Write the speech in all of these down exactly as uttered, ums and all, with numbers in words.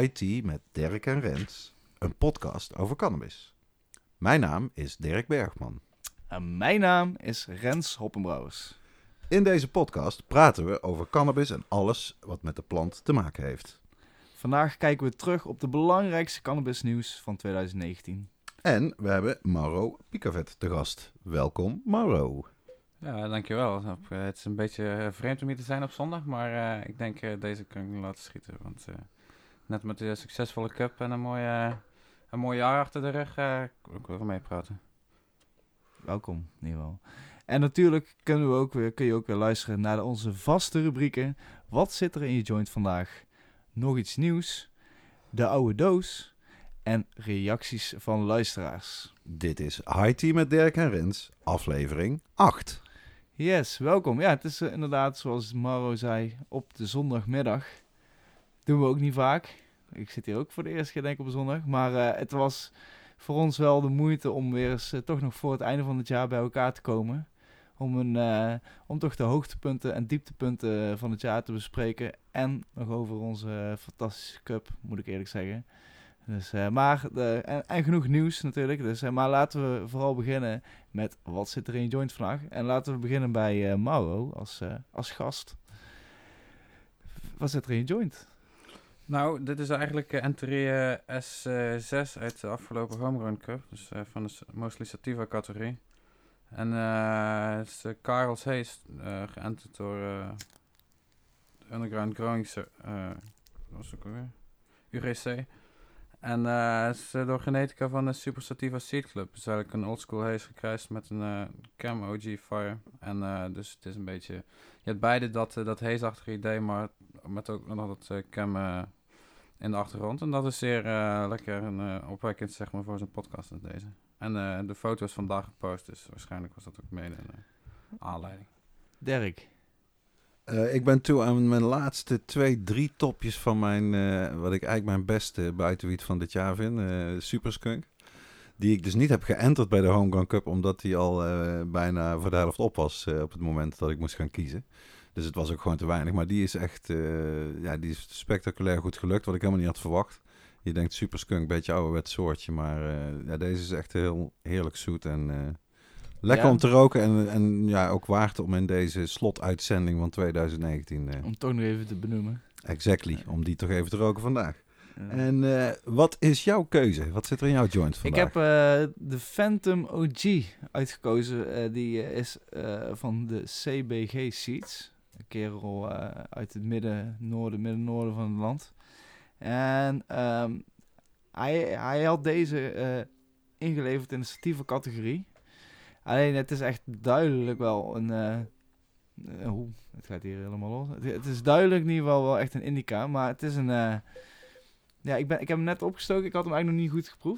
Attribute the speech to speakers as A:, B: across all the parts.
A: High Tea met Dirk en Rens, een podcast over cannabis. Mijn naam is Dirk Bergman.
B: En mijn naam is Rens Hoppenbrouwers.
A: In deze podcast praten we over cannabis en alles wat met de plant te maken heeft.
B: Vandaag kijken we terug op de belangrijkste cannabisnieuws van twintig negentien.
A: En we hebben Mauro Pickavet te gast. Welkom, Mauro.
C: Ja, dankjewel. Het is een beetje vreemd om hier te zijn op zondag, maar uh, ik denk uh, deze kan ik nu laten schieten. Want uh, net met de succesvolle cup en een mooi, uh, een mooi jaar achter de rug, uh, kan ik wel mee praten.
B: Welkom, in ieder geval. En natuurlijk kunnen we ook weer, kun je ook weer luisteren naar de, onze vaste rubrieken. Wat zit er in je joint vandaag? Nog iets nieuws? De oude doos? En reacties van luisteraars.
A: Dit is High Tea met Dirk en Rens, aflevering acht.
B: Yes, welkom. Ja, het is uh, inderdaad, zoals Mauro zei, op de zondagmiddag. Doen we ook niet vaak. Ik zit hier ook voor de eerste keer denk ik op een zondag. Maar uh, het was voor ons wel de moeite om weer eens uh, toch nog voor het einde van het jaar bij elkaar te komen. Om, een, uh, om toch de hoogtepunten en dieptepunten van het jaar te bespreken. En nog over onze uh, fantastische cup, moet ik eerlijk zeggen. Dus, uh, maar, de, en, en genoeg nieuws natuurlijk. Dus, uh, maar laten we vooral beginnen met wat zit er in je joint vandaag. En laten we beginnen bij uh, Mauro als, uh, als gast. Wat zit er in je joint?
C: Nou, dit is eigenlijk uh, entry uh, S zes uit de afgelopen Homegrown Cup. Dus uh, van de Mostly Sativa categorie. En uh, het is uh, Karels Haze, uh, geënterd door uh, de Underground Growing, uh, wat was het ook alweer? U G C. En uh, het is uh, door genetica van de Super Sativa Seed Club. Het is eigenlijk een oldschool haze gekruist met een uh, Chem O G Fire. En uh, dus het is een beetje... Je hebt beide dat, uh, dat haze-achtige idee, maar met ook nog dat uh, Chem uh, in de achtergrond. En dat is zeer uh, lekker en uh, opwekkend zeg maar, voor zo'n podcast als deze. En uh, de foto is vandaag gepost, dus waarschijnlijk was dat ook mede een uh, aanleiding.
B: Dirk.
A: Uh, ik ben toe aan mijn laatste twee, drie topjes van mijn, uh, wat ik eigenlijk mijn beste buitenwiet van dit jaar vind, uh, Super Skunk. Die ik dus niet heb geënterd bij de Homegrown Cup, omdat die al uh, bijna voor de helft op was uh, op het moment dat ik moest gaan kiezen. Dus het was ook gewoon te weinig, maar die is echt, uh, ja, die is spectaculair goed gelukt, wat ik helemaal niet had verwacht. Je denkt Super Skunk, een beetje ouderwets soortje, maar uh, ja, deze is echt heel heerlijk zoet en... Uh, Lekker
B: ja.
A: om te roken en, en ja, ook waard om in deze slotuitzending van twintig negentien... Uh,
B: om toch nog even te benoemen.
A: Exactly, om die toch even te roken vandaag.
B: Ja.
A: En uh, wat is jouw keuze? Wat zit er in jouw joint vandaag?
B: Ik heb uh, de Phantom O G uitgekozen. Uh, die uh, is uh, van de C B G Seeds. Een kerel uh, uit het midden, noorden, midden-noorden van het land. En um, hij, hij had deze uh, ingeleverd in de sativa categorie. Alleen het is echt duidelijk wel een... Uh, uh, het gaat hier helemaal los. Het, het is duidelijk in ieder geval wel echt een indica. Maar het is een... Uh, ja, ik, ben, ik heb hem net opgestoken. Ik had hem eigenlijk nog niet goed geproefd.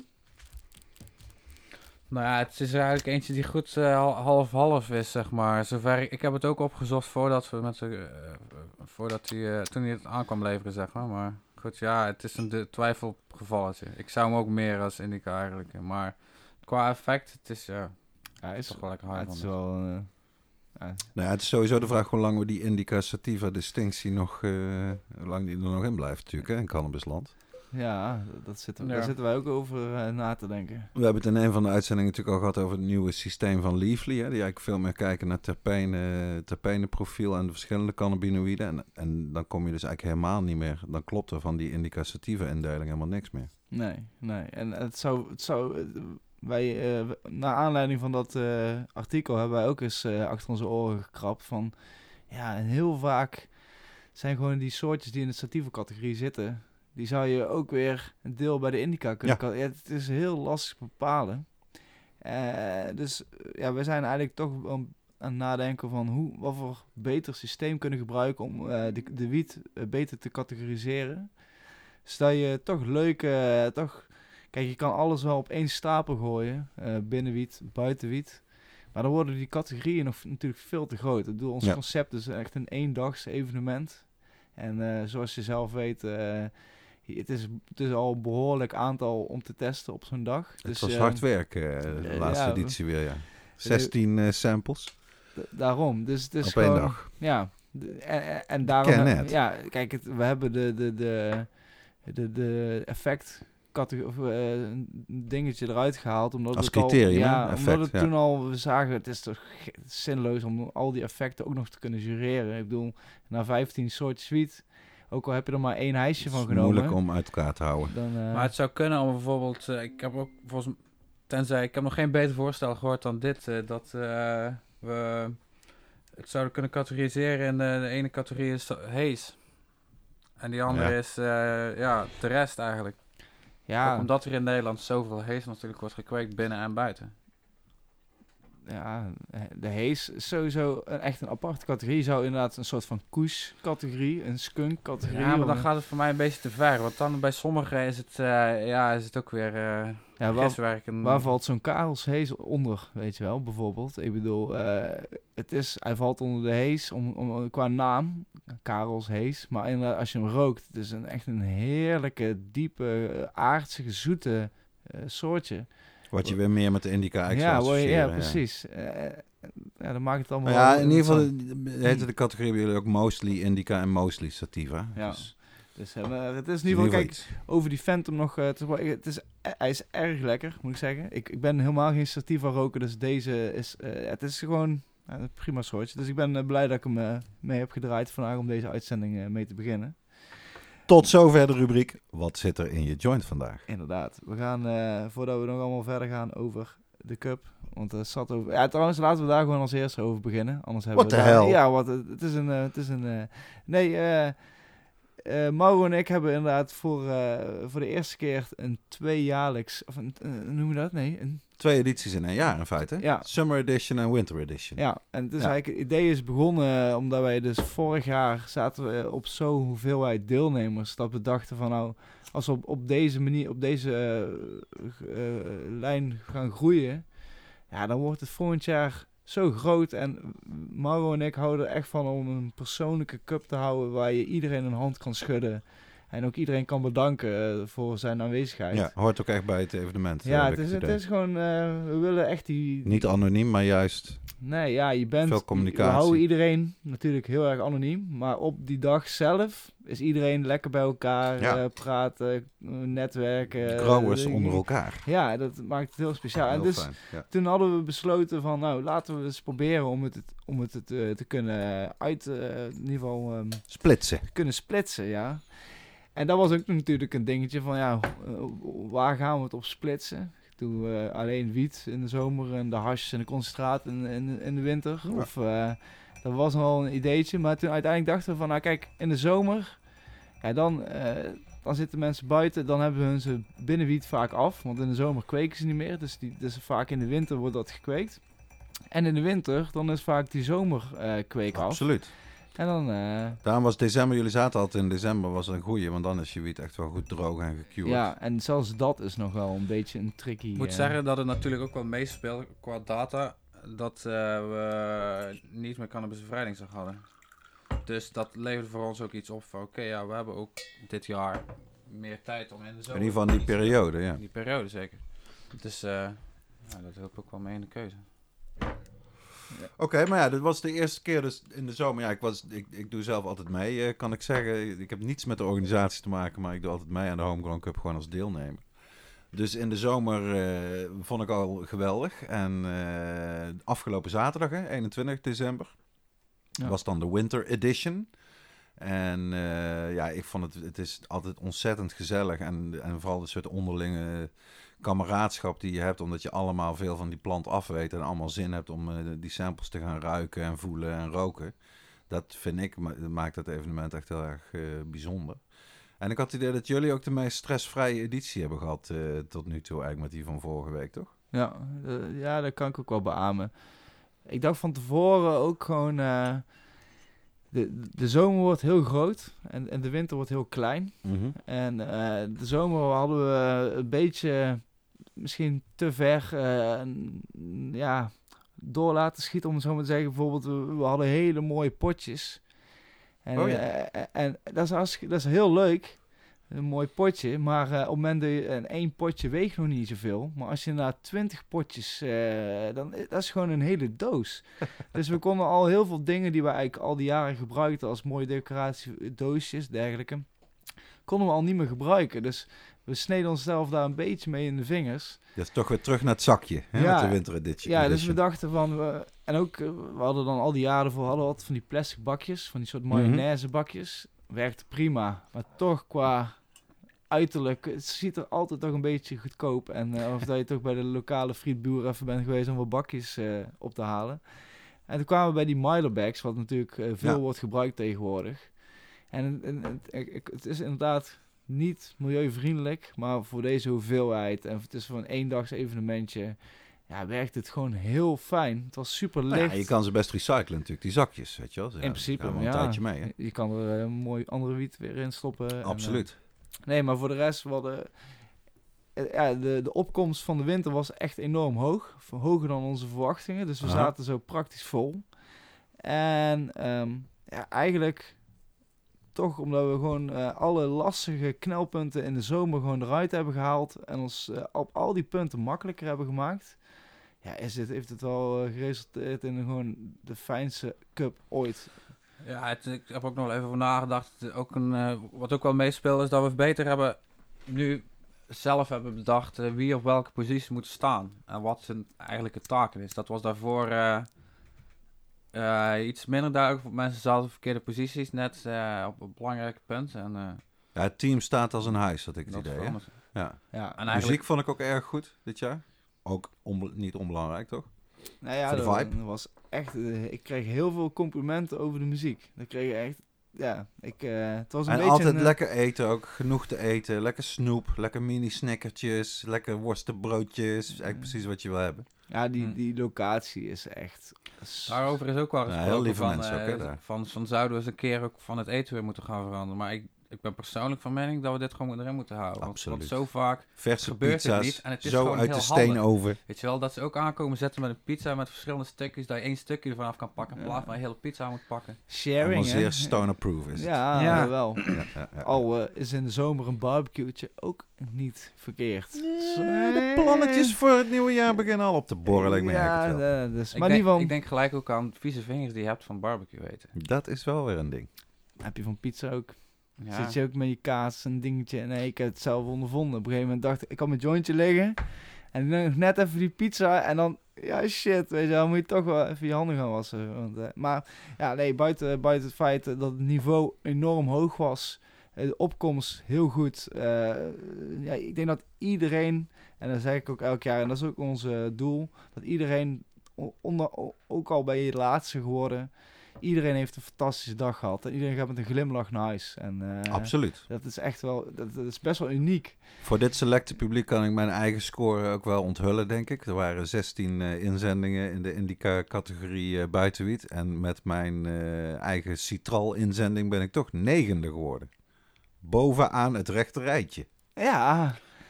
C: Nou ja, het is eigenlijk eentje die goed uh, half-half is, zeg maar. Zover ik, ik heb het ook opgezocht voordat we met de... Uh, voordat hij... Uh, toen hij het aan kwam leveren, zeg maar. Maar goed, ja, het is een de, twijfelgevalletje. Ik zou hem ook meer als indica eigenlijk. Maar qua effect, het is... Ja,
B: Ja, is
C: toch wel lekker high
B: het
C: van
B: is
C: dus.
B: wel... Uh, ja.
A: Nou ja, het is sowieso de vraag hoe lang we die indica sativa distinctie nog... Uh, hoe lang die er nog in blijft natuurlijk, hè, in cannabisland.
B: Ja, dat zitten,
C: ja.
B: daar zitten wij ook over uh, na te denken.
A: We hebben het in een van de uitzendingen natuurlijk al gehad over het nieuwe systeem van Leafly. Hè, die eigenlijk veel meer kijken naar terpene, terpeneprofiel en de verschillende cannabinoïden. En, en dan kom je dus eigenlijk helemaal niet meer... Dan klopt er van die indica sativa indeling helemaal niks meer.
B: Nee, nee. En het zou... Het zou uh, wij, uh, naar aanleiding van dat uh, artikel hebben wij ook eens uh, achter onze oren gekrapt van... Ja, en heel vaak zijn gewoon die soortjes die in de sativa categorie zitten... Die zou je ook weer een deel bij de indica kunnen... Ja. Ja, het is heel lastig te bepalen. Uh, dus ja, we zijn eigenlijk toch aan het nadenken van... Hoe, wat voor beter systeem kunnen gebruiken om uh, de, de wiet uh, beter te categoriseren. Zodat je toch leuk... Uh, toch, kijk, je kan alles wel op één stapel gooien. Uh, binnenwiet, buitenwiet. Maar dan worden die categorieën nog natuurlijk veel te groot. Ik bedoel, ons ja. concept is echt een eendags evenement. En uh, zoals je zelf weet... Uh, Het is, het is al een behoorlijk aantal om te testen op zo'n dag.
A: Het
B: dus,
A: was
B: uh,
A: hard werk, uh, de uh, laatste ja, editie weer, ja. zestien uh, samples.
B: D- daarom. Dus het is
A: op
B: gewoon,
A: één dag.
B: Ja. De, en, en daarom...
A: Ken het.
B: Ja, kijk, het, we hebben de, de, de, de, de effect of, uh, een dingetje eruit gehaald. Omdat
A: Als
B: het al,
A: criterium,
B: ja,
A: hè? Effect,
B: omdat het
A: ja.
B: toen al, we zagen, het is toch zinloos om al die effecten ook nog te kunnen jureren. Ik bedoel, na vijftien soortjes wiet, ook al heb je er maar één hijsje
A: Het
B: van
A: is
B: genomen.
A: moeilijk om uit elkaar te houden.
B: Dan, uh,
C: Maar het zou kunnen om bijvoorbeeld, uh, ik heb ook volgens m- tenzij, ik heb nog geen beter voorstel gehoord dan dit, uh, dat uh, we het zouden kunnen categoriseren in de, de ene categorie is haze. En die andere
A: Ja.
C: is, uh, ja, de rest eigenlijk.
B: ja,
C: Ook omdat er in Nederland zoveel haze natuurlijk wordt gekweekt binnen en buiten.
B: ja, de Haze is sowieso een, echt een aparte categorie. Je zou inderdaad een soort van Kush-categorie, een skunk-categorie.
C: Ja, maar dan
B: of-
C: gaat het voor mij een beetje te ver. Want dan bij sommigen is het, uh, ja, is het ook weer uh,
B: ja, waar,
C: giswerk. En,
B: waar valt zo'n Karels Haze onder, weet je wel, bijvoorbeeld? Ik bedoel, uh, het is, hij valt onder de Haze om, om, qua naam, Karels Haze. Maar inderdaad, als je hem rookt, het is een, echt een heerlijke, diepe, uh, aardsige, zoete uh, soortje.
A: Wat je weer meer met de indica extra
B: Ja, word je- ja,
A: associëren,
B: precies. Uh, ja, dan maakt het allemaal
A: Maar ja,
B: wel
A: in ieder geval
B: interessant.
A: heette de categorie bij jullie ook mostly indica en mostly sativa.
B: Ja.
A: Dus
B: Dus uh, maar het is
A: het
B: in ieder geval, kijk,
A: iets.
B: over die Phantom nog, uh, te, het is, hij is erg lekker, moet ik zeggen. Ik, ik ben helemaal geen sativa roker, dus deze is, uh, het is gewoon uh, een prima soortje. Dus ik ben uh, blij dat ik hem uh, mee heb gedraaid vandaag om deze uitzending uh, mee te beginnen.
A: Tot zover de rubriek. Wat zit er in je joint vandaag?
B: Inderdaad. We gaan, uh, voordat we nog allemaal verder gaan over de cup, want er zat over... Ja, trouwens, laten we daar gewoon als eerste over beginnen. Anders hebben
A: What
B: we
A: the
B: daar-
A: hell?
B: Ja, wat, het is een... Uh, het is een uh, nee, uh, uh, Mauro en ik hebben inderdaad voor, uh, voor de eerste keer een tweejaarlijks... Of een, uh, noem je dat? Nee, een...
A: Twee edities in een jaar in feite.
B: Ja.
A: Summer edition en winter edition.
B: Ja, en het is
A: Ja.
B: eigenlijk... Het idee is begonnen uh, omdat wij dus vorig jaar zaten we op zo'n hoeveelheid deelnemers dat we dachten van nou... Als we op, op deze manier, op deze uh, uh, lijn gaan groeien... Ja, dan wordt het volgend jaar zo groot. En Mauro en ik houden er echt van om een persoonlijke cup te houden... waar je iedereen een hand kan schudden. En ook iedereen kan bedanken uh, voor zijn aanwezigheid.
A: Ja, hoort ook echt bij het evenement.
B: Ja,
A: heb
B: het
A: ik
B: is, het
A: idee.
B: is gewoon... Uh, we willen echt die...
A: Niet anoniem, maar juist...
B: Nee, ja, je bent...
A: Veel communicatie.
B: We houden iedereen natuurlijk heel erg anoniem. Maar op die dag zelf is iedereen lekker bij elkaar.
A: Ja.
B: Uh, praten, uh, netwerken.
A: Growers
B: uh,
A: onder elkaar.
B: Ja, dat maakt het heel speciaal.
A: Heel
B: en dus
A: fijn. Ja.
B: toen hadden we besloten van... Nou, laten we eens proberen om het, om het uh, te kunnen uit... Uh, in ieder geval um,
A: Splitsen.
B: kunnen splitsen, ja. En dat was ook natuurlijk een dingetje van... Ja, uh, waar gaan we het op splitsen? Doen we alleen wiet in de zomer en de hash en de concentraat in, in, in de winter?
A: Ja.
B: Of uh, dat was al een ideetje. Maar toen uiteindelijk dachten we van, nou kijk, in de zomer, ja, dan, uh, dan zitten mensen buiten. Dan hebben hun ze binnenwiet vaak af. Want in de zomer kweken ze niet meer. Dus, die, dus vaak in de winter wordt dat gekweekt. En in de winter, dan is vaak die zomerkweek uh, af.
A: Absoluut.
B: En dan... Uh,
A: Daarom was december, jullie zaten altijd in december, was een goeie. Want dan is je wiet echt wel goed droog en gecured.
B: ja, en zelfs dat is nog wel een beetje een tricky...
C: Ik moet
B: uh,
C: zeggen dat het natuurlijk ook wel meespeelt qua data dat uh, we niet meer cannabisbevrijdingsdag hadden. Dus dat leverde voor ons ook iets op van oké, okay, ja, we hebben ook dit jaar meer tijd om in de zomer...
A: In ieder geval in die periode, ja.
C: In die periode zeker. Dus uh, ja, dat helpt ook wel mee in de keuze.
A: Ja. Oké, okay, maar ja, dit was de eerste keer dus in de zomer. Ja, ik, was, ik, ik doe zelf altijd mee, uh, kan ik zeggen. Ik heb niets met de organisatie te maken, maar ik doe altijd mee aan de Homegrown Cup gewoon als deelnemer. Dus in de zomer uh, vond ik al geweldig. En uh, afgelopen zaterdag, hè, eenentwintig december, ja. was dan de Winter Edition. En uh, ja, ik vond het, het is altijd ontzettend gezellig. En, en vooral de soort onderlinge kameraadschap die je hebt, omdat je allemaal veel van die plant af weet en allemaal zin hebt om uh, die samples te gaan ruiken en voelen en roken. Dat vind ik, ma- maakt het evenement echt heel erg uh, bijzonder. En ik had het idee dat jullie ook de meest stressvrije editie hebben gehad uh, tot nu toe, eigenlijk met die van vorige week, toch?
B: Ja, uh, ja, dat kan ik ook wel beamen. Ik dacht van tevoren ook gewoon... Uh, de, de zomer wordt heel groot en, en de winter wordt heel klein.
A: Mm-hmm.
B: En uh, de zomer hadden we een beetje misschien te ver uh, ja, door laten schieten, om het zo maar te zeggen. Bijvoorbeeld, we, we hadden hele mooie potjes. En,
A: oh ja.
B: uh, en dat, is als, dat is heel leuk, een mooi potje. Maar uh, op het moment dat je, en één potje weegt nog niet zoveel. Maar als je na twintig potjes, uh, dan dat is gewoon een hele doos. Dus we konden al heel veel dingen die we eigenlijk al die jaren gebruikten als mooie decoratiedoosjes, dergelijke, konden we al niet meer gebruiken. Dus we sneden onszelf daar een beetje mee in de vingers.
A: Dat is toch weer terug naar het zakje, hè,
B: Ja.
A: met de winteredition.
B: Ja, dus we dachten van... We, en ook, uh, we hadden dan al die jaren voor hadden we altijd van die plastic bakjes. Van die soort mayonaise bakjes. Werkte prima. Maar toch qua uiterlijk... Het ziet er altijd toch een beetje goedkoop. En uh, of dat je toch bij de lokale frietboer even bent geweest om wat bakjes uh, op te halen. En toen kwamen we bij die Milo bags. Wat natuurlijk uh, veel
A: Ja.
B: wordt gebruikt tegenwoordig. En, en, en het, het is inderdaad... niet milieuvriendelijk, maar voor deze hoeveelheid en het is voor een eendags evenementje, ja, werkt het gewoon heel fijn. Het was super licht.
A: Nou ja, je kan ze best recyclen natuurlijk, die zakjes, weet je wel. Ze
B: in
A: gaan-
B: principe,
A: gaan wel
B: ja.
A: een tijdje mee, hè?
B: Je kan er een mooi andere wiet weer in stoppen. en,
A: Absoluut.
B: uh, nee, maar voor de rest, we hadden, uh, ja, de, de opkomst van de winter was echt enorm hoog. Hoger dan onze verwachtingen. Dus we
A: Aha.
B: zaten zo praktisch vol. En um, ja, eigenlijk... toch omdat we gewoon uh, alle lastige knelpunten in de zomer gewoon eruit hebben gehaald en ons uh, op al die punten makkelijker hebben gemaakt, ja, is het, heeft het wel uh, geresulteerd in gewoon de fijnste cup ooit.
C: Ja, het, ik heb ook nog wel even over nagedacht. Het ook een, uh, wat ook wel meespeelt is dat we beter hebben nu zelf hebben bedacht uh, wie op welke positie moet staan en wat zijn eigenlijke taken is. Dat was daarvoor uh, uh, iets minder duidelijk. Mensen zaten op verkeerde posities net uh, op een belangrijke punt. En, uh,
A: Ja, het team staat als een huis, had ik het
C: dat
A: idee. Hè?
C: verandert.
A: Ja.
B: Ja,
C: En
A: Muziek
C: eigenlijk,
A: vond ik ook erg goed dit jaar. Ook onbe- niet onbelangrijk, toch?
B: nou ja,
A: voor de
B: dat,
A: vibe.
B: dat was echt, uh, ik kreeg heel veel complimenten over de muziek. Dat kreeg je echt, ja, ik, uh, het was een
A: En
B: beetje
A: altijd
B: een, uh,
A: lekker eten, ook genoeg te eten. Lekker snoep, lekker mini-snackertjes, lekker worstenbroodjes. Eigenlijk precies wat je wil hebben.
B: ja, die,
C: Hm.
B: die locatie is echt... s-
C: daarover is ook wel
A: Ja,
C: gesproken
A: heel lieve
C: van,
A: mensen
C: uh,
A: ook, hè, daar.
C: van, van zouden we eens een keer ook van het eten weer moeten gaan veranderen. Maar ik, ik ben persoonlijk van mening dat we dit gewoon erin moeten houden. Want,
A: Absoluut.
C: want zo vaak,
A: Verse
C: gebeurt het
A: pizza's,
C: niet en het is
A: zo
C: gewoon
A: uit de
C: heel
A: steenoven.
C: weet je wel, dat ze ook aankomen zetten met een pizza met verschillende stukjes, dat je één stukje ervan af kan pakken in
B: Ja.
C: plaats van een hele pizza moet pakken.
B: sharing,
A: Allemaal
B: hè?
A: zeer stoner-proof is het.
B: Ja,
C: Ja.
B: wel.
A: Ja, ja, ja.
B: Al uh, is in de zomer een barbecue'tje ook niet verkeerd. Zo-
A: De plannetjes voor het nieuwe jaar beginnen al op te borrelen. Ik merk
B: ja,
A: het wel.
B: eh, dus,
C: Ik
B: maar
C: denk,
B: niet van...
C: ik denk gelijk ook aan vieze vingers die je hebt van barbecue eten.
A: Dat is wel weer een ding.
B: Heb je van pizza ook?
C: Ja.
B: Zit je ook met je kaas en dingetje? Nee, ik heb het zelf ondervonden. Op een gegeven moment dacht ik, ik had mijn jointje liggen. En dan nog net even die pizza. En dan, ja shit, weet je wel, moet je toch wel even je handen gaan wassen. Want, uh, maar ja, nee, buiten, buiten het feit dat het niveau enorm hoog was. De opkomst heel goed. Uh, ja, ik denk dat iedereen, en dat zeg ik ook elk jaar, en dat is ook ons uh, doel, dat iedereen, onder, ook al ben je de laatste geworden, iedereen heeft een fantastische dag gehad. En iedereen gaat met een glimlach naar huis. En, uh,
A: Absoluut.
B: dat is echt wel, dat, dat is best wel uniek.
A: Voor dit selecte publiek kan ik mijn eigen score ook wel onthullen, denk ik. Er waren zestien uh, inzendingen in de Indica-categorie uh, buitenwiet. En met mijn uh, eigen Citral-inzending ben ik toch negende geworden. Bovenaan het rechte rijtje.
B: Ja.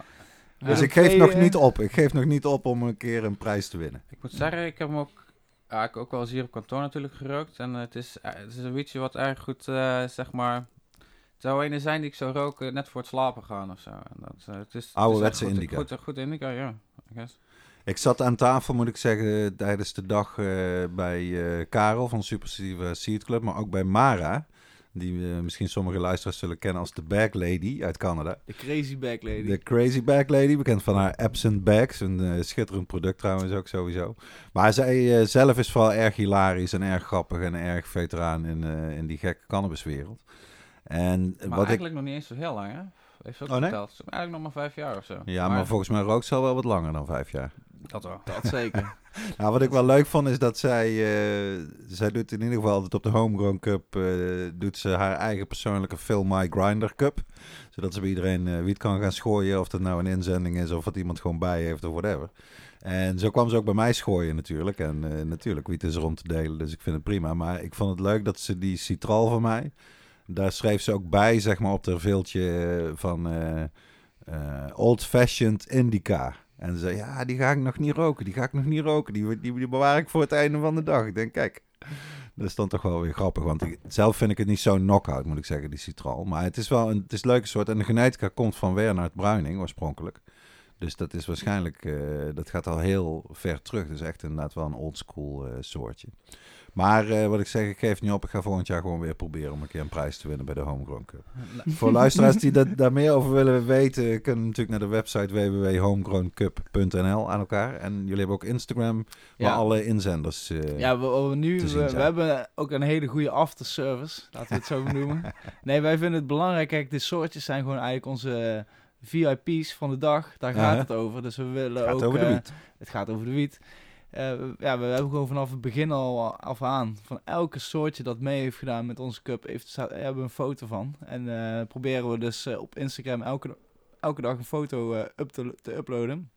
A: Dus
B: Ja,
A: ik geef
B: twee,
A: nog
B: uh,
A: niet op. Ik geef nog niet op om een keer een prijs te winnen.
C: Ik moet zeggen, ik heb hem ook, ja, ik ook wel eens hier op kantoor natuurlijk gerookt. En uh, het, is, uh, het is een wietje wat erg goed, uh, zeg maar... Het zou een zijn die ik zou roken net voor het slapen gaan of zo. En dat, uh, het is,
A: Ouderwetse
C: het is echt
A: indica.
C: Goed, goed, goed indica, ja. I guess.
A: Ik zat aan tafel, moet ik zeggen, tijdens de dag uh, bij uh, Karel van Superstieve Seed Club, maar ook bij Mara, die uh, misschien sommige luisteraars zullen kennen als de Bag Lady uit Canada.
B: De Crazy Bag Lady.
A: De Crazy Bag Lady, bekend van haar Absent Bags, een uh, schitterend product trouwens ook sowieso. Maar zij uh, zelf is vooral erg hilarisch en erg grappig en erg veteraan in, uh, in die gekke cannabiswereld. En
C: Maar
A: wat ik...
C: eigenlijk nog niet eens zo heel lang, hè? Heeft ze ook
A: Oh, nee?
C: verteld. Eigenlijk nog maar vijf jaar of zo.
A: Ja, maar volgens mij rookt ze al wel wat langer dan vijf jaar.
C: Dat wel.
B: Dat zeker.
A: Nou, wat ik wel leuk vond is dat zij, uh, zij doet in ieder geval altijd op de Homegrown Cup, uh, doet ze haar eigen persoonlijke Fill My Grinder Cup. Zodat ze bij iedereen uh, wiet kan gaan schooien, of dat nou een inzending is of wat iemand gewoon bij heeft of whatever. En zo kwam ze ook bij mij schooien natuurlijk. En uh, natuurlijk, wiet is er om te delen, dus ik vind het prima. Maar ik vond het leuk dat ze die Citral van mij, daar schreef ze ook bij, zeg maar, op haar veeltje uh, van uh, uh, Old Fashioned Indica. En ze zei, ja, die ga ik nog niet roken, die ga ik nog niet roken. Die, die, die bewaar ik voor het einde van de dag. Ik denk, kijk, dat is dan toch wel weer grappig. Want ik, zelf vind ik het niet zo'n knock-out, moet ik zeggen, die Citral. Maar het is wel een, het is een leuke soort. En de genetica komt van Wernhard Bruining, oorspronkelijk. Dus dat is waarschijnlijk, uh, dat gaat al heel ver terug. Dus echt inderdaad wel een oldschool uh, soortje. Maar uh, wat ik zeg, ik geef niet op. Ik ga volgend jaar gewoon weer proberen om een keer een prijs te winnen bij de Homegrown Cup. Voor luisteraars die dat, daar meer over willen weten, kunnen natuurlijk naar de website w w w punt homegrown cup punt n l aan elkaar. En jullie hebben ook Instagram, waar ja. alle inzenders uh,
B: Ja, we, we nu, we, we hebben ook een hele goede afterservice, laten we het zo noemen. Nee, wij vinden het belangrijk. Kijk, de soortjes zijn gewoon eigenlijk onze V I P's van de dag. Daar gaat uh-huh. het over. Dus we willen
A: het gaat
B: ook...
A: over de wiet.
B: Uh, het gaat over de wiet. Uh, ja, we hebben gewoon vanaf het begin al af aan, van elke soortje dat mee heeft gedaan met onze cup, heeft, staat, hebben we een foto van. En uh, proberen we dus uh, op Instagram elke, elke dag een foto uh, up te, te uploaden.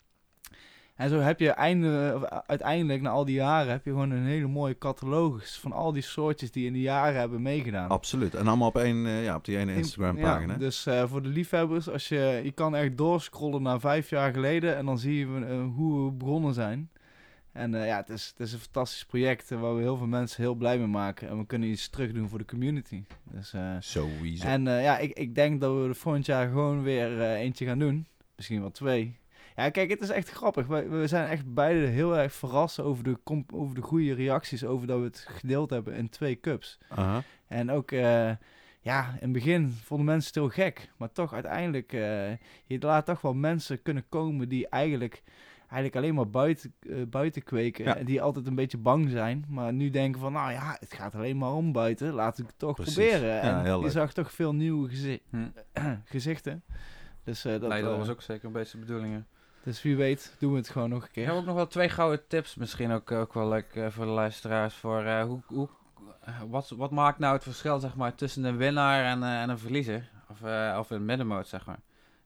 B: En zo heb je einde, uiteindelijk, na al die jaren, heb je gewoon een hele mooie catalogus van al die soortjes die in de jaren hebben meegedaan.
A: Absoluut. En allemaal op, één, uh, ja, op die ene Instagram-pagina.
B: Ja, dus uh, voor de liefhebbers, als je, je kan echt doorscrollen naar vijf jaar geleden en dan zie je uh, hoe we begonnen zijn. En uh, ja, het is, het is een fantastisch project uh, waar we heel veel mensen heel blij mee maken. En we kunnen iets terug doen voor de community. Dus, uh,
A: Sowieso.
B: En uh, ja, ik, ik denk dat we de volgend jaar gewoon weer uh, eentje gaan doen. Misschien wel twee. Ja, kijk, het is echt grappig. We, we zijn echt beide heel erg verrast over de, comp- over de goede reacties. Over dat we het gedeeld hebben in twee cups.
A: Uh-huh.
B: En ook... Uh, Ja, in het begin vonden mensen het heel gek. Maar toch uiteindelijk... Uh, je laat toch wel mensen kunnen komen die eigenlijk... eigenlijk alleen maar buiten, uh, buiten kweken. Ja. En die altijd een beetje bang zijn. Maar nu denken van, nou ja, het gaat alleen maar om buiten. Laat ik het toch Precies. proberen.
A: Ja,
B: en je zag toch veel nieuwe gezi- hm. gezichten. Dus, uh, dat,
C: nee, dat
B: uh,
C: was ook zeker een beetje de bedoeling. Ja.
B: Dus wie weet, doen we het gewoon nog een keer.
C: Ik heb ook nog wel twee gouden tips. Misschien ook, ook wel leuk uh, voor de luisteraars. Voor uh, hoe... hoe Wat, wat maakt nou het verschil, zeg maar, tussen een winnaar en, uh, en een verliezer? Of, uh, of een middenmoot, zeg maar.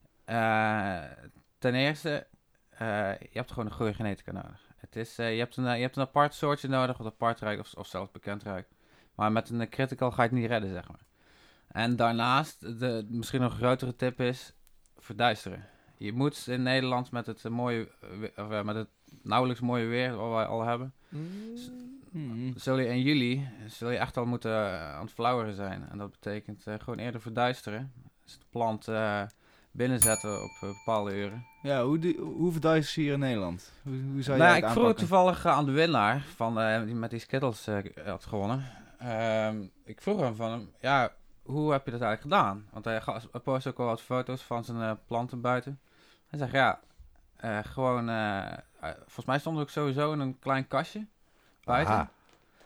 C: Uh, ten eerste, uh, je hebt gewoon een goede genetica nodig. Het is, uh, je, hebt een, uh, je hebt een apart soortje nodig, wat apart ruikt of, of zelfs bekend ruikt. Maar met een uh, critical ga je het niet redden, zeg maar. En daarnaast, de misschien nog een grotere tip is, verduisteren. Je moet in Nederland met het, uh, mooie, uh, of, uh, met het nauwelijks mooie weer, wat wij al hebben... Mm. Hmm. Zul je in juli zul je echt al moeten uh, aan het flauweren zijn. En dat betekent uh, gewoon eerder verduisteren. Dus de plant uh, binnenzetten op uh, bepaalde uren.
B: Ja, hoe, die, hoe verduister je hier in Nederland? Hoe, hoe zou je
C: nou,
B: het
C: ik vroeg toevallig uh, aan de winnaar van, uh, die met die Skittles uh, had gewonnen. Uh, ik vroeg hem van hem, ja, hoe heb je dat eigenlijk gedaan? Want hij, hij post ook al wat foto's van zijn uh, planten buiten. Hij zegt, ja, uh, gewoon, uh, uh, volgens mij stond het ook sowieso in een klein kastje. Buiten. Aha.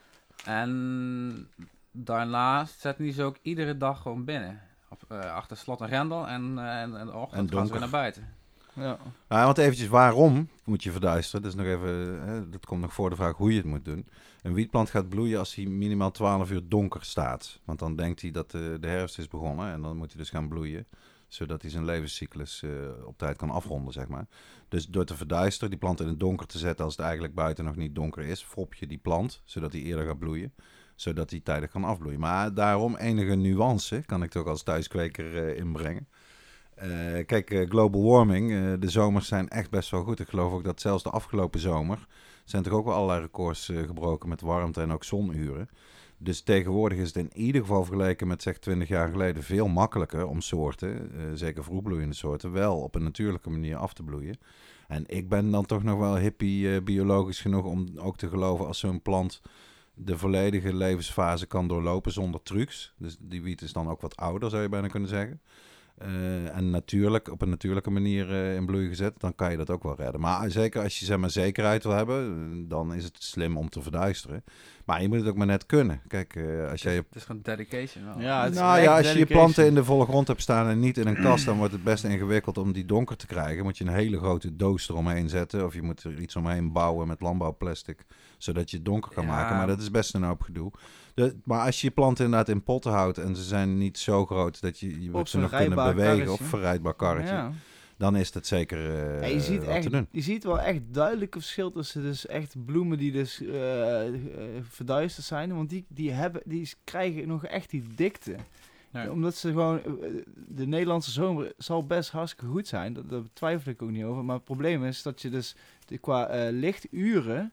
C: En daarnaast zetten die ze ook iedere dag gewoon binnen. Op, uh, achter slot en grendel. En, uh, en, en de ochtend en gaan ze weer naar buiten.
A: Ja. Nou, want eventjes, waarom moet je verduisteren? Dat is nog even, hè, dat komt nog voor de vraag hoe je het moet doen. Een wietplant gaat bloeien als hij minimaal twaalf uur donker staat. Want dan denkt hij dat uh, de herfst is begonnen. En dan moet hij dus gaan bloeien. Zodat hij zijn levenscyclus uh, op tijd kan afronden, zeg maar. Dus door te verduisteren, die plant in het donker te zetten als het eigenlijk buiten nog niet donker is, fop je die plant, zodat hij eerder gaat bloeien. Zodat hij tijdig kan afbloeien. Maar daarom enige nuance kan ik toch als thuiskweker uh, inbrengen. Uh, kijk, uh, global warming, uh, de zomers zijn echt best wel goed. Ik geloof ook dat zelfs de afgelopen zomer zijn toch ook wel allerlei records uh, gebroken met warmte en ook zonuren. Dus tegenwoordig is het in ieder geval vergeleken met zeg twintig jaar geleden veel makkelijker om soorten, uh, zeker vroegbloeiende soorten, wel op een natuurlijke manier af te bloeien. En ik ben dan toch nog wel hippie uh, biologisch genoeg om ook te geloven als zo'n plant de volledige levensfase kan doorlopen zonder trucs. Dus die wiet is dan ook wat ouder, zou je bijna kunnen zeggen. Uh, en natuurlijk, op een natuurlijke manier uh, in bloei gezet, dan kan je dat ook wel redden. Maar zeker als je zeg maar zekerheid wil hebben, dan is het slim om te verduisteren. Maar je moet het ook maar net kunnen. Kijk, uh, als jij...
C: Het is gewoon dedication wel.
B: Ja, het is
A: nou ja, als dedication. Je je planten in de volle grond hebt staan en niet in een kast, dan wordt het best ingewikkeld om die donker te krijgen. Moet je een hele grote doos eromheen zetten of je moet er iets omheen bouwen met landbouwplastic, zodat je het donker kan ja. maken. Maar dat is best een hoop gedoe. De, maar als je je planten inderdaad in potten houdt en ze zijn niet zo groot dat je, je moet ze nog kunnen bewegen karretje. Of verrijdbaar karretje, ja. dan is het zeker uh, ja, je ziet
B: echt,
A: te doen.
B: Je ziet wel echt duidelijk een verschil tussen dus echt bloemen die dus uh, uh, verduisterd zijn, want die, die, hebben, die krijgen nog echt die dikte. Ja. Omdat ze gewoon, de Nederlandse zomer zal best hartstikke goed zijn, dat, daar twijfel ik ook niet over, maar het probleem is dat je dus de, qua uh, lichturen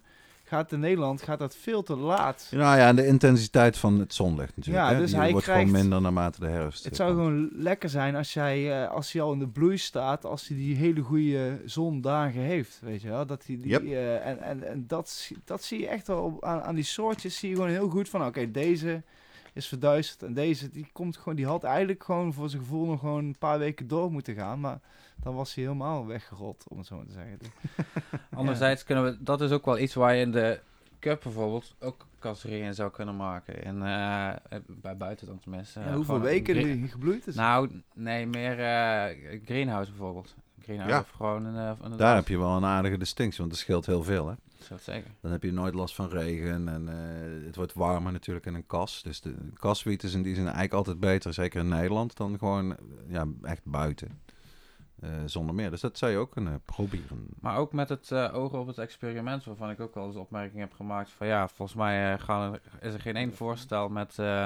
B: gaat in Nederland gaat dat veel te laat.
A: Nou ja, en de intensiteit van het zonlicht natuurlijk.
B: Ja,
A: hè?
B: dus
A: Die
B: hij
A: wordt
B: krijgt-
A: gewoon minder naarmate de herfst.
B: Het
A: eh,
B: zou
A: komt.
B: gewoon lekker zijn als jij, eh, als hij al in de bloei staat, als hij die hele goede zondagen heeft, weet je wel. Dat hij die,
A: Yep.
B: eh, en en, en dat, zie- dat zie je echt wel op- aan, aan die soortjes, zie je gewoon heel goed van, oké, deze is verduisterd en deze, die komt gewoon, die had eigenlijk gewoon voor zijn gevoel nog gewoon een paar weken door moeten gaan, maar dan was hij helemaal weggerold, om het zo maar te zeggen.
C: Anderzijds kunnen we, dat is ook wel iets waar je in de Cup bijvoorbeeld ook kasserieën in zou kunnen maken. En, eh, bij buiten dan tenminste.
B: Ja,
C: Eh,
B: hoeveel
C: gewoon
B: weken
C: gre-
B: die gebloeid is?
C: Nou, nee, meer eh, greenhouse bijvoorbeeld. Greenhouse
A: Ja.
C: of gewoon een... Uh, een
A: Daar heb je wel een aardige distinctie, want dat scheelt heel veel. Hè?
C: Zo zeker.
A: Dan heb je nooit last van regen en eh, het wordt warmer natuurlijk in een kas. Dus de kaswiet is in die zin eigenlijk altijd beter, zeker in Nederland, dan gewoon eh, ja, echt buiten. Eh, zonder meer. Dus dat zou je ook kunnen proberen.
C: Maar ook met het uh, oog op het experiment, waarvan ik ook wel eens opmerking heb gemaakt van ja, volgens mij uh, gaan er, is er geen één voorstel met uh,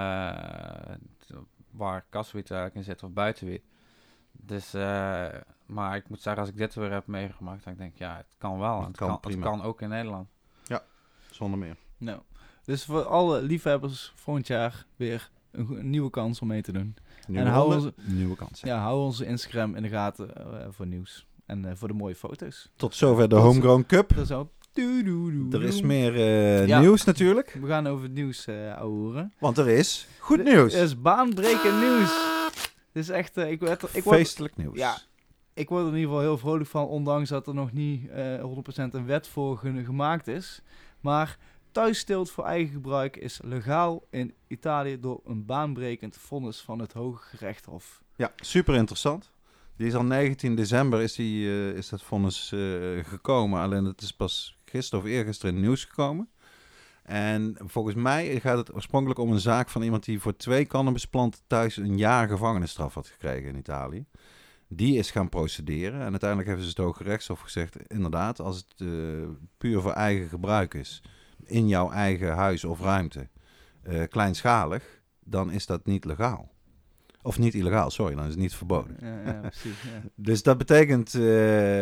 C: waar kaswiet eigenlijk in zit of buitenwiet. Dus, uh, maar ik moet zeggen, als ik dit weer heb meegemaakt, dan denk ik ja, het kan wel. Het, het, kan, kan, het kan ook in Nederland.
A: Ja, zonder meer.
B: Nou, dus voor alle liefhebbers volgend jaar weer een, go- een nieuwe kans om mee te doen.
A: Nieuwe,
B: En hou
A: ronde, nieuwe kans.
B: Ja, hou onze Instagram in de gaten uh, voor nieuws. En uh, voor de mooie foto's.
A: Tot zover de
B: Tot zo-
A: Homegrown Cup.
B: Dat is ook... Doe, doe, doe,
A: Er is
B: doe.
A: meer uh,
B: Ja.
A: nieuws natuurlijk.
B: We gaan over het nieuws uh, ouwehoeren.
A: Want er is goed
B: Er
A: nieuws.
B: is baanbrekend nieuws. Het is echt... Uh, ik, werd, er- ik, word,
A: Feestelijk nieuws.
B: Ja. ik word er in ieder geval heel vrolijk van. Ondanks dat er nog niet uh, honderd procent een wet voor ge- gemaakt is. Maar thuissteelt voor eigen gebruik is legaal in Italië door een baanbrekend vonnis van het Hoge Gerechtshof.
A: Ja, super interessant. Die is al negentien december is, die, uh, is dat vonnis uh, gekomen. Alleen het is pas gisteren of eergisteren in het nieuws gekomen. En volgens mij gaat het oorspronkelijk om een zaak van iemand die voor twee cannabisplanten thuis een jaar gevangenisstraf had gekregen in Italië. Die is gaan procederen en uiteindelijk hebben ze het Hoge Rechtshof gezegd, inderdaad, als het uh, puur voor eigen gebruik is, in jouw eigen huis of ruimte, uh, kleinschalig, dan is dat niet legaal. Of niet illegaal, sorry, dan is het niet verboden.
B: Ja, ja precies. Ja.
A: Dus dat betekent, uh,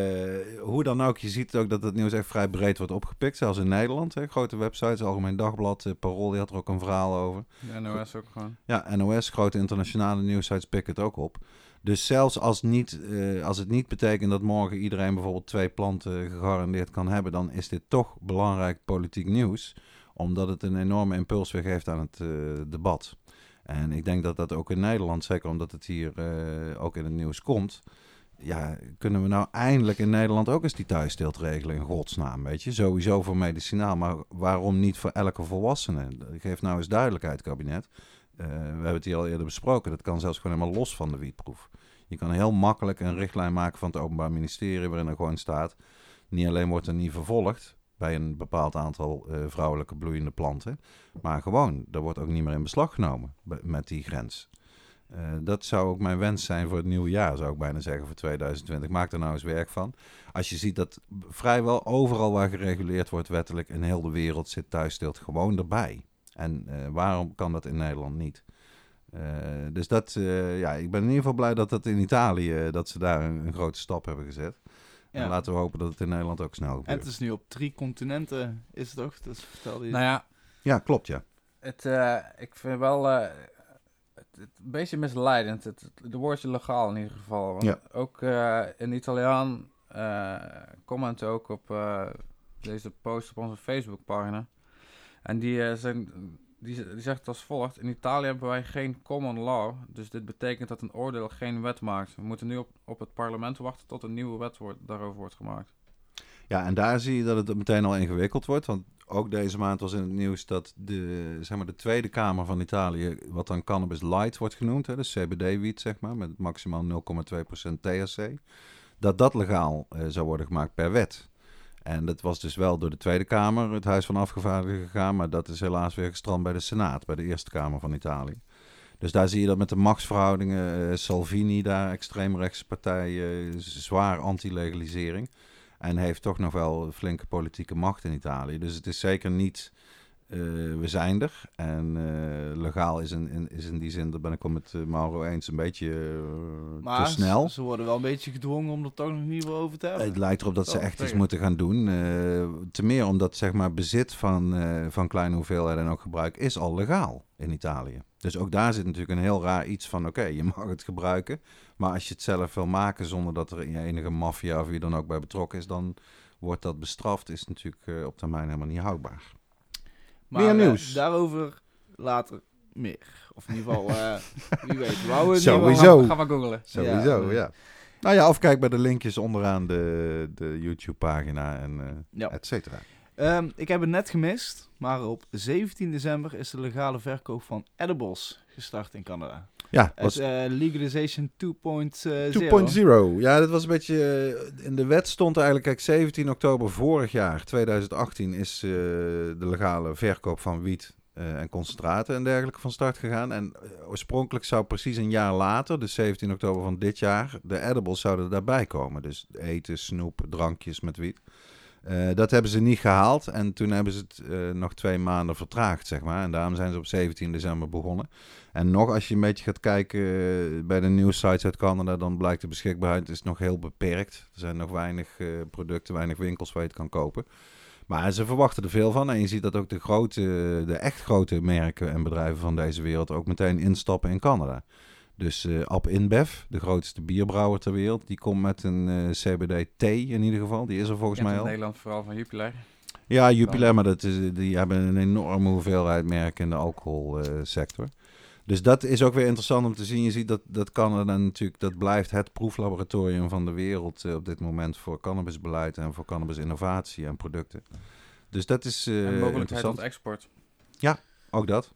A: hoe dan ook, je ziet ook dat het nieuws echt vrij breed wordt opgepikt. Zelfs in Nederland, hè, grote websites, Algemeen Dagblad, uh, Parool, die had er ook een verhaal over.
C: De N O S ook gewoon.
A: Ja, N O S, grote internationale nieuwsites pikken het ook op. Dus zelfs als, niet, uh, als het niet betekent dat morgen iedereen bijvoorbeeld twee planten gegarandeerd kan hebben, dan is dit toch belangrijk politiek nieuws. Omdat het een enorme impuls weer geeft aan het uh, debat. En ik denk dat dat ook in Nederland, zeker omdat het hier uh, ook in het nieuws komt, ja, kunnen we nou eindelijk in Nederland ook eens die thuissteelt regelen in godsnaam, weet je. Sowieso voor medicinaal, maar waarom niet voor elke volwassene? Geef nou eens duidelijkheid, kabinet. Uh, we hebben het hier al eerder besproken, dat kan zelfs gewoon helemaal los van de wietproef. Je kan heel makkelijk een richtlijn maken van het Openbaar Ministerie waarin er gewoon staat, niet alleen wordt er niet vervolgd bij een bepaald aantal uh, vrouwelijke bloeiende planten, maar gewoon, er wordt ook niet meer in beslag genomen b- met die grens. Uh, dat zou ook mijn wens zijn voor het nieuwe jaar, zou ik bijna zeggen, voor tweeduizend twintig. Maak er nou eens werk van. Als je ziet dat vrijwel overal waar gereguleerd wordt wettelijk in heel de wereld zit thuissteelt gewoon erbij. En uh, waarom kan dat in Nederland niet? Uh, dus dat, uh, ja, ik ben in ieder geval blij dat dat in Italië, dat ze daar een, een grote stap hebben gezet. Ja. En laten we hopen dat het in Nederland ook snel gebeurt.
B: En het is nu op drie continenten, is het toch? Dus vertel je.
C: Nou ja.
A: Ja, klopt, ja.
C: Het, uh, ik vind wel uh, het, het een beetje misleidend. Het, het, de woordje legaal in ieder geval. Want
A: ja.
C: ook uh, een Italiaan uh, comment ook op uh, deze post op onze Facebookpagina. En die, uh, zijn, die, die zegt als volgt: in Italië hebben wij geen common law. Dus dit betekent dat een oordeel geen wet maakt. We moeten nu op, op het parlement wachten tot een nieuwe wet wordt, daarover wordt gemaakt.
A: Ja, en daar zie je dat het meteen al ingewikkeld wordt. Want ook deze maand was in het nieuws dat de, zeg maar de Tweede Kamer van Italië, wat dan cannabis light wordt genoemd, hè, dus C B D-wiet zeg maar, met maximaal nul komma twee procent T H C, dat dat legaal uh, zou worden gemaakt per wet. En dat was dus wel door de Tweede Kamer, het Huis van Afgevaardigden, gegaan, maar dat is helaas weer gestrand bij de Senaat, bij de Eerste Kamer van Italië. Dus daar zie je dat met de machtsverhoudingen, uh, Salvini, daar extreemrechtse partij, uh, zwaar anti-legalisering. En heeft toch nog wel flinke politieke macht in Italië. Dus het is zeker niet we zijn er. En uh, legaal is in, in, is in die zin, daar ben ik wel met uh, Mauro eens, een beetje uh,
B: maar
A: te snel.
B: Ze, ze worden wel een beetje gedwongen om er toch nog niet over te hebben.
A: Het lijkt erop dat
B: Zo,
A: ze echt
B: tegen.
A: iets moeten gaan doen. Uh, te meer omdat zeg maar, bezit van, uh, van kleine hoeveelheden en ook gebruik is al legaal in Italië. Dus ook daar zit natuurlijk een heel raar iets van, oké, okay, je mag het gebruiken. Maar als je het zelf wil maken zonder dat er enige maffia of wie dan ook bij betrokken is, dan wordt dat bestraft. Is natuurlijk uh, op termijn helemaal niet houdbaar.
B: Maar,
A: meer nieuws.
B: Uh, daarover later meer. Of in ieder geval, uh, wie weet. We houden
A: Sowieso.
C: Ga maar googlen.
A: Sowieso, ja.
B: ja.
A: ja. Nou ja, of kijk bij de linkjes onderaan de, de YouTube-pagina en uh,
B: ja.
A: et cetera.
B: Um, ik heb het net gemist, maar op zeventien december is de legale verkoop van edibles gestart in Canada.
A: Ja,
B: was uh, legalization twee punt nul.
A: twee punt nul. Ja, dat was een beetje... Uh, in de wet stond eigenlijk... Kijk, zeventien oktober vorig jaar, twintig achttien... is uh, de legale verkoop van wiet uh, en concentraten en dergelijke van start gegaan. En uh, oorspronkelijk zou precies een jaar later, dus zeventien oktober van dit jaar... de edibles zouden daarbij komen. Dus eten, snoep, drankjes met wiet. Uh, dat hebben ze niet gehaald. En toen hebben ze het uh, nog twee maanden vertraagd, zeg maar. En daarom zijn ze op zeventien december begonnen. En nog, als je een beetje gaat kijken uh, bij de nieuwssites uit Canada, dan blijkt de beschikbaarheid is nog heel beperkt. Er zijn nog weinig uh, producten, weinig winkels waar je het kan kopen. Maar ze verwachten er veel van. En je ziet dat ook de grote, de echt grote merken en bedrijven van deze wereld ook meteen instappen in Canada. Dus uh, Ab InBev, de grootste bierbrouwer ter wereld, die komt met een uh, C B D-T in ieder geval. Die is er volgens mij al.
C: In Nederland vooral van Jupiler.
A: Ja, Jupiler, maar dat is, die hebben een enorme hoeveelheid merken in de alcoholsector. Uh, dus dat is ook weer interessant om te zien. Je ziet dat, dat Canada natuurlijk, dat blijft het proeflaboratorium van de wereld uh, op dit moment voor cannabisbeleid en voor cannabisinnovatie en producten. Dus dat is uh,
C: en mogelijkheid
A: interessant.
C: tot export.
A: Ja, ook dat.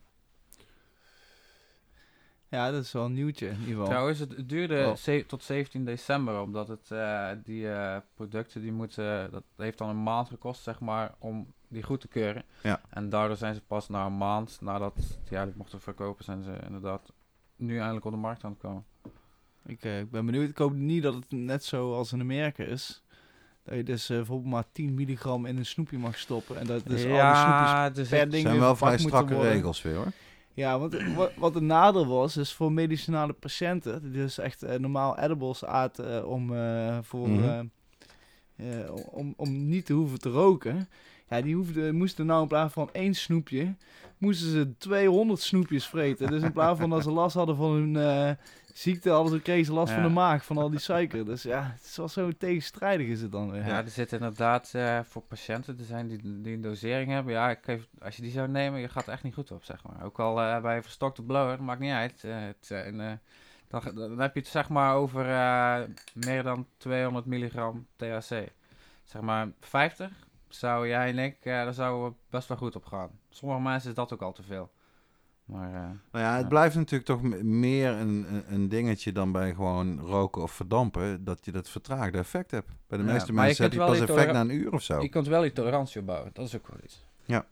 B: Ja, dat is wel een nieuwtje in ieder geval.
C: Trouwens, het duurde
B: oh.
C: ze- tot zeventien december, omdat het, uh, die uh, producten, die moeten, dat heeft dan een maand gekost, zeg maar, om die goed te keuren.
A: Ja.
C: En daardoor zijn ze pas na een maand, nadat ja, die mochten verkopen, zijn ze inderdaad nu eindelijk op de markt aan het komen.
B: Ik, uh, ik ben benieuwd. Ik hoop niet dat het net zo als in Amerika is. Dat je dus uh, bijvoorbeeld maar tien milligram in een snoepje mag stoppen. En dat dus
C: ja,
B: al die snoepjes
C: dus
B: per ding
A: zijn
B: weer
A: wel vrij
B: verpakt moeten
A: strakke
B: worden.
A: regels weer hoor.
B: Ja, want wat, wat het nadeel was, is voor medicinale patiënten, die dus echt uh, normaal edibles aten uh, om, uh, voor,
A: Mm-hmm.
B: uh, uh, om, om niet te hoeven te roken. Ja, die hoefden, moesten nou in plaats van één snoepje, moesten ze tweehonderd snoepjes vreten. Dus in plaats van dat ze last hadden van hun uh, ziekte, hadden ze, kregen ze last
C: Ja.
B: van de maag, van al die suiker. Dus ja, het is wel zo tegenstrijdig is het dan weer.
C: Ja, er zitten inderdaad uh, voor patiënten te zijn die, die een dosering hebben. Ja, ik geef, als je die zou nemen, je gaat er echt niet goed op, zeg maar. Ook al uh, bij een verstokte blower, dat maakt niet uit. Uh, het zijn, uh, dan, dan heb je het zeg maar over uh, meer dan tweehonderd milligram T H C. Zeg maar vijftig zou jij en ik, uh, daar zouden we best wel goed op gaan. Sommige mensen is dat ook al te veel. Maar, uh,
A: Nou ja, het
C: ja.
A: blijft natuurlijk toch m- meer een, een- een dingetje dan bij gewoon roken of verdampen, dat je dat vertraagde effect hebt. Bij de
C: Ja,
A: meeste
C: maar je
A: mensen heb je
C: kunt
A: pas
C: wel die
A: effect na
C: tolera-
A: een uur of zo.
C: je kunt wel die tolerantie opbouwen, dat is ook wel iets.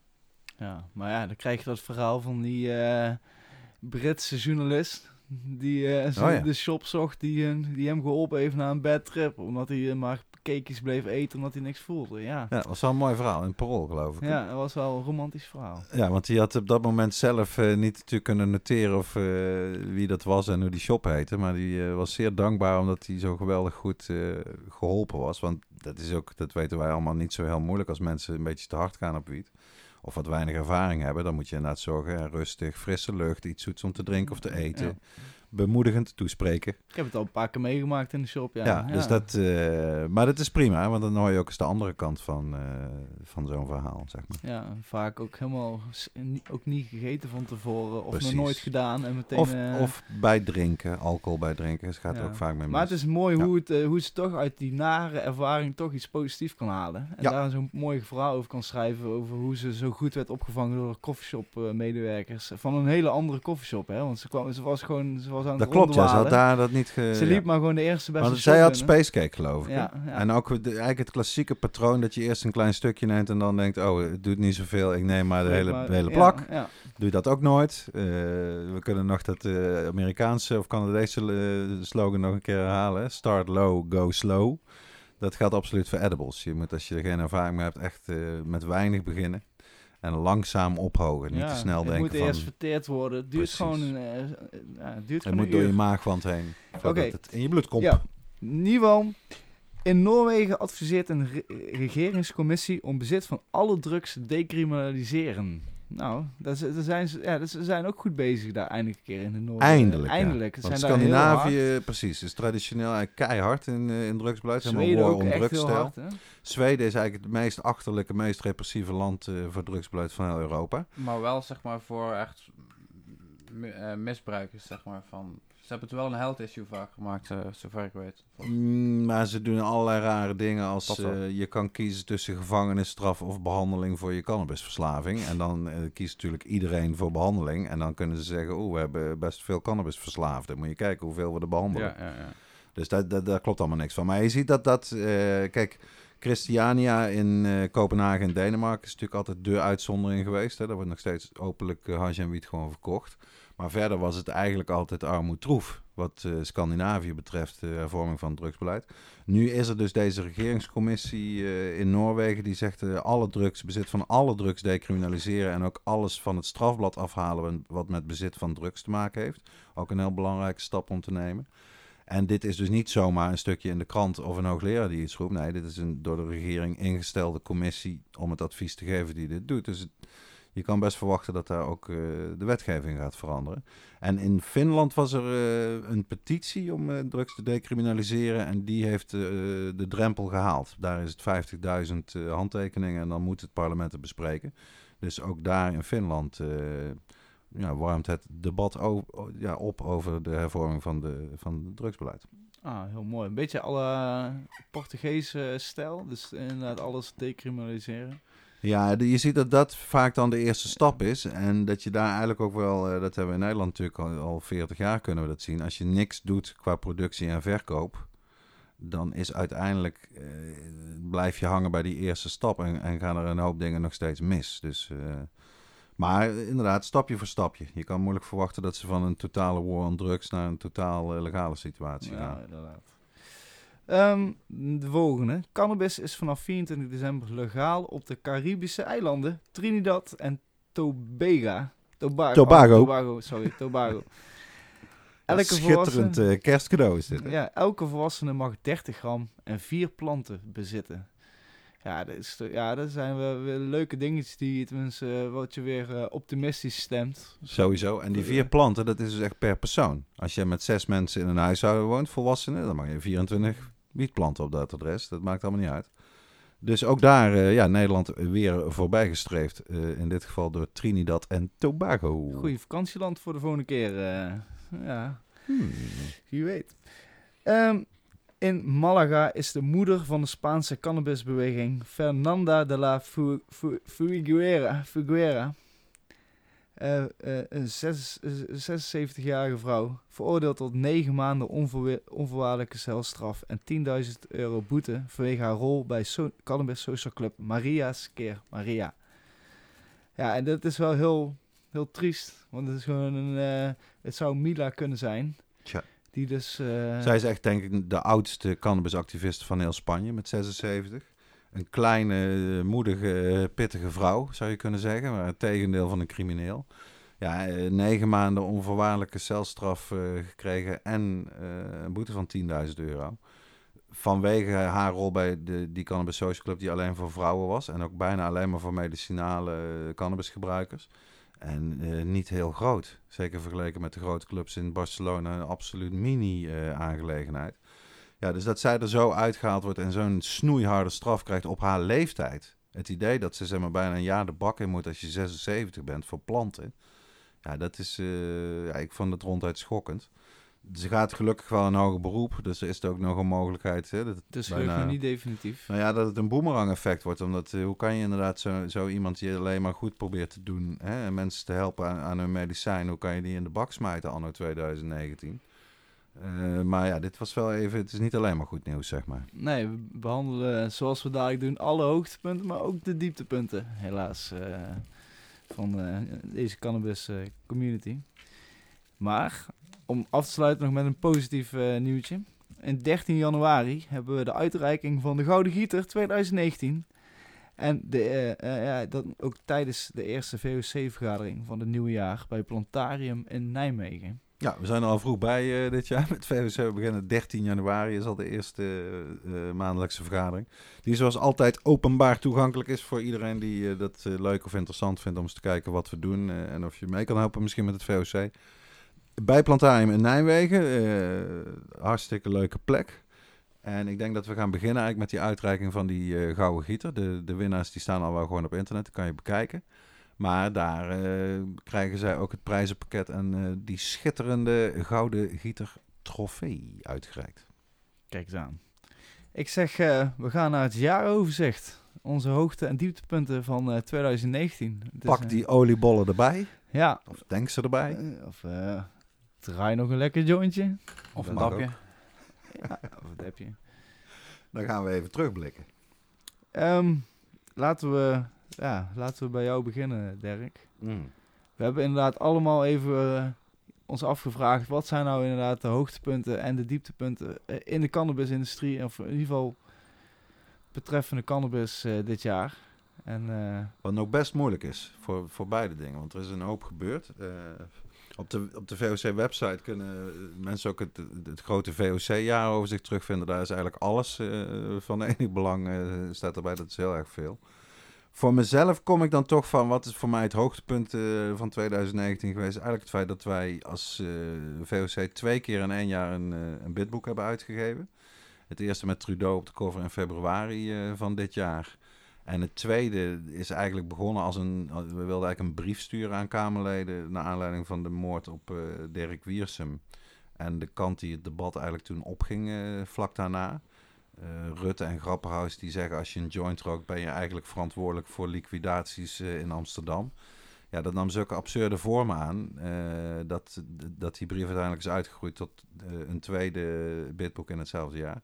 B: Ja, maar ja, dan krijg je dat verhaal van die uh, Britse journalist die uh, zo
A: Oh ja.
B: de shop zocht die, uh, die hem geholpen heeft na een bad trip. Omdat hij uh, maar cakejes bleef eten omdat hij niks voelde. Ja,
A: Ja, dat was wel een mooi verhaal in Parool, geloof ik.
B: ja dat was wel een romantisch verhaal.
A: Ja, want die had op dat moment zelf uh, niet natuurlijk kunnen noteren of uh, wie dat was en hoe die shop heette. Maar die uh, was zeer dankbaar omdat hij zo geweldig goed uh, geholpen was. Want dat is ook, dat weten wij allemaal, niet zo heel moeilijk als mensen een beetje te hard gaan op wiet. Of wat weinig ervaring hebben. Dan moet je inderdaad zorgen, uh, rustig, frisse lucht, iets zoets om te drinken of te eten.
B: Ja.
A: Bemoedigend toespreken.
B: Ik heb het al een paar keer meegemaakt in de shop. Ja,
A: Ja, dus dat, uh, maar dat is prima, want dan hoor je ook eens de andere kant van, uh, van zo'n verhaal, zeg maar.
B: Ja, vaak ook helemaal s- ni- ook niet gegeten van tevoren of
A: Precies.
B: nog nooit gedaan. En meteen,
A: Of,
B: uh,
A: of bij drinken, alcohol bij drinken, dat gaat
B: ja.
A: er ook vaak mee mis.
B: Maar het is mooi
A: Ja.
B: hoe, het, uh, hoe ze toch uit die nare ervaring toch iets positiefs kan halen. En
A: Ja.
B: daar zo'n mooi verhaal over kan schrijven. Over hoe ze zo goed werd opgevangen door coffeeshop uh, medewerkers. Van een hele andere coffeeshop. Hè? Want ze, kwam, ze was gewoon ze was aan het
A: Dat klopt, ja, ze had
B: rondwalen.
A: daar dat niet ge...
B: Ze liep maar gewoon de eerste beste
A: Want
B: shop
A: zij had
B: binnen.
A: Space Cake, geloof ik. hè?
B: Ja, ja.
A: En ook de, eigenlijk het klassieke patroon dat je eerst een klein stukje neemt en dan denkt, oh, het doet niet zoveel, ik neem maar de hele,
B: Maar-
A: de hele
B: ja,
A: plak.
B: Ja,
A: Doe je dat ook nooit. Uh, we kunnen nog dat uh, Amerikaanse of Canadese uh, slogan nog een keer herhalen. Hè? Start low, go slow. Dat geldt absoluut voor edibles. Je moet, als je er geen ervaring mee hebt, echt uh, met weinig beginnen. En langzaam ophogen. Niet
B: Ja,
A: te snel
B: het
A: denken
B: moet
A: van...
B: eerst verteerd worden. Het duurt
A: Precies.
B: gewoon, uh, uh, ja, het duurt
A: Het
B: gewoon
A: moet
B: een
A: door
B: uur.
A: je maagwand heen. Voordat
B: Oké.
A: het in je bloed komt.
B: Ja, in ieder geval, in Noorwegen adviseert een re- regeringscommissie om bezit van alle drugs te decriminaliseren. Nou, dat is, dat zijn ze, ja, dat is- ze zijn ook goed bezig daar eindelijk een keer in de Noorwegen.
A: Eindelijk, ja.
B: Eindelijk. Ze
A: Want
B: zijn daar heel hard.
A: Scandinavië, precies, is traditioneel eigenlijk keihard in, uh, in drugsbeleid. Helemaal
B: Zweden
A: war
B: ook
A: on
B: echt heel
A: drugsstijl.
B: hard, hè?
A: Zweden is eigenlijk het meest achterlijke, meest repressieve land uh, voor drugsbeleid van heel Europa.
C: Maar wel, zeg maar, voor echt mi- eh, misbruikers, zeg maar, van... Ze hebben het wel een health issue vaak gemaakt, uh, zover ik weet.
A: Mm, maar ze doen allerlei rare dingen als
C: Dat wel.
A: uh, je kan kiezen tussen gevangenisstraf of behandeling voor je cannabisverslaving. En dan uh, kiest natuurlijk iedereen voor behandeling. En dan kunnen ze zeggen, oeh, we hebben best veel cannabisverslaafden. Moet je kijken hoeveel we er behandelen.
C: Ja, ja, ja.
A: Dus daar, daar, daar klopt allemaal niks van. Maar je ziet dat dat... Uh, kijk, Christiania in uh, Kopenhagen in Denemarken is natuurlijk altijd de uitzondering geweest. Hè. Daar wordt nog steeds openlijk uh, hash en wiet gewoon verkocht. Maar verder was het eigenlijk altijd armoedtroef wat uh, Scandinavië betreft, de uh, hervorming van het drugsbeleid. Nu is er dus deze regeringscommissie uh, in Noorwegen die zegt uh, alle drugs, bezit van alle drugs decriminaliseren en ook alles van het strafblad afhalen wat met bezit van drugs te maken heeft. Ook een heel belangrijke stap om te nemen. En dit is dus niet zomaar een stukje in de krant of een hoogleraar die iets roept. Nee, dit is een door de regering ingestelde commissie om het advies te geven die dit doet. Dus het, je kan best verwachten dat daar ook uh, de wetgeving gaat veranderen. En in Finland was er uh, een petitie om uh, drugs te decriminaliseren. En die heeft uh, de drempel gehaald. Daar is het vijftigduizend uh, handtekeningen en dan moet het parlement het bespreken. Dus ook daar in Finland uh, ja, warmt het debat o- o- ja, op over de hervorming van, de, van het drugsbeleid.
B: Ah, heel mooi. Een beetje alle Portugese stijl. Dus inderdaad alles decriminaliseren.
A: Ja, de, je ziet dat dat vaak dan de eerste stap is. En dat je daar eigenlijk ook wel, uh, dat hebben we in Nederland natuurlijk al, al veertig jaar kunnen we dat zien. Als je niks doet qua productie en verkoop, dan is uiteindelijk, uh, blijf je hangen bij die eerste stap en, en gaan er een hoop dingen nog steeds mis. Dus, uh, maar inderdaad, stapje voor stapje. Je kan moeilijk verwachten dat ze van een totale war on drugs naar een totaal uh, legale situatie gaan.
B: Ja, inderdaad. Um, de volgende. Cannabis is vanaf vierentwintig december legaal op de Caribische eilanden Trinidad en Tobago. Tobago.
A: Tobago.
B: Oh, Tobago, sorry, Tobago. Elke
A: Schitterend
B: volwassene,
A: uh, kerstcadeau is dit. Hè?
B: ja, elke volwassene mag dertig gram en vier planten bezitten. Ja, dat, is, ja, dat zijn wel weer leuke dingetjes die tenminste uh, wat je weer uh, optimistisch stemt.
A: Sowieso. En die vier planten, dat is dus echt per persoon. Als je met zes mensen in een huishouden woont, volwassenen, dan mag je vierentwintig wietplanten op dat adres. Dat maakt allemaal niet uit. Dus ook daar, uh, ja, Nederland weer voorbij gestreefd. Uh, in dit geval door Trinidad en Tobago.
B: Goeie vakantieland voor de volgende keer. Uh, ja,
A: Hmm.
B: wie weet. Um, in Malaga is de moeder van de Spaanse cannabisbeweging Fernanda de la Fu- Fu- Figuera, Figuera uh, uh, een zes, uh, zesenzeventigjarige vrouw, veroordeeld tot negen maanden onvoor- onvoorwaardelijke celstraf en tienduizend euro boete vanwege haar rol bij so- Cannabis Social Club Maria's Keer Maria. Ja, en dat is wel heel, heel triest, want het is gewoon een, uh, het zou Mila kunnen zijn.
A: Tja.
B: Die dus... Uh,
A: Zij is echt, denk ik, de oudste cannabisactivist van heel Spanje met zesenzeventig. Een kleine, moedige, pittige vrouw, zou je kunnen zeggen. Maar het tegendeel van een crimineel. Ja, negen maanden onvoorwaardelijke celstraf uh, gekregen en uh, een boete van tienduizend euro. Vanwege haar rol bij de, die Cannabis Social Club die alleen voor vrouwen was. En ook bijna alleen maar voor medicinale uh, cannabisgebruikers. En uh, niet heel groot. Zeker vergeleken met de grote clubs in Barcelona. Een absoluut mini-aangelegenheid. Uh, ja, dus dat zij er zo uitgehaald wordt en zo'n snoeiharde straf krijgt op haar leeftijd. Het idee dat ze zeg maar bijna een jaar de bak in moet als je zesenzeventig bent voor planten. Ja, dat is... Uh, ja, ik vond het ronduit schokkend. Ze gaat gelukkig wel een hoger beroep. Dus er is er ook nog een mogelijkheid. Hè, dat het
B: dus
A: bijna,
B: gelukkig niet definitief.
A: Nou ja, dat het een boemerang effect wordt. Omdat uh, hoe kan je inderdaad zo, zo iemand die alleen maar goed probeert te doen. Hè, en mensen te helpen aan, aan hun medicijn. Hoe kan je die in de bak smijten anno twintig negentien? Uh, maar ja, dit was wel even... Het is niet alleen maar goed nieuws, zeg maar.
B: Nee, we behandelen zoals we dadelijk doen alle hoogtepunten. Maar ook de dieptepunten, helaas. Uh, van uh, deze cannabis uh, community. Maar... Om af te sluiten nog met een positief uh, nieuwtje. In dertien januari hebben we de uitreiking van de Gouden Gieter twintig negentien. En de, uh, uh, ja, dat ook tijdens de eerste V O C-vergadering van het nieuwe jaar bij Plantarium in Nijmegen.
A: Ja, we zijn er al vroeg bij uh, dit jaar met V O C. We beginnen dertien januari, is al de eerste uh, maandelijkse vergadering. Die zoals altijd openbaar toegankelijk is voor iedereen die uh, dat uh, leuk of interessant vindt om eens te kijken wat we doen. Uh, en of je mee kan helpen misschien met het V O C. Bij Plantarium in Nijmegen, uh, hartstikke leuke plek. En ik denk dat we gaan beginnen eigenlijk met die uitreiking van die uh, gouden gieter. De, de winnaars die staan al wel gewoon op internet, dat kan je bekijken. Maar daar uh, krijgen zij ook het prijzenpakket en uh, die schitterende gouden gieter trofee uitgereikt.
B: Kijk eens aan. Ik zeg, uh, we gaan naar het jaaroverzicht. Onze hoogte- en dieptepunten van uh, twintig negentien. Dus,
A: Pak die oliebollen erbij.
B: Ja.
A: Of denk ze erbij.
B: Uh, of uh, draai nog een lekker jointje.
C: Of een
A: Dat
C: dapje.
B: Ja, of een dapje.
A: Dan gaan we even terugblikken.
B: Um, laten, we, ja, laten we bij jou beginnen, Dirk.
A: Mm.
B: We hebben inderdaad allemaal even uh, ons afgevraagd... wat zijn nou inderdaad de hoogtepunten en de dieptepunten... Uh, in de cannabisindustrie... of in ieder geval betreffende cannabis uh, dit jaar. En, uh,
A: Wat nog best moeilijk is voor, voor beide dingen. Want er is een hoop gebeurd. Uh, op, de, op de V O C-website kunnen mensen ook het, het grote V O C-jaaroverzicht terugvinden. Daar is eigenlijk alles uh, van enig belang uh, staat erbij. Dat is heel erg veel. Voor mezelf kom ik dan toch van... wat is voor mij het hoogtepunt uh, van twintig negentien geweest? Eigenlijk het feit dat wij als uh, V O C twee keer in één jaar een, uh, een bidboek hebben uitgegeven. Het eerste met Trudeau op de cover in februari uh, van dit jaar... En het tweede is eigenlijk begonnen als een... We wilden eigenlijk een brief sturen aan Kamerleden... naar aanleiding van de moord op uh, Dirk Wiersum. En de kant die het debat eigenlijk toen opging uh, vlak daarna. Uh, Rutte en Grapperhaus die zeggen... als je een joint rookt ben je eigenlijk verantwoordelijk voor liquidaties uh, in Amsterdam. Ja, dat nam zulke absurde vormen aan... Uh, dat, dat die brief uiteindelijk is uitgegroeid tot uh, een tweede bidboek in hetzelfde jaar...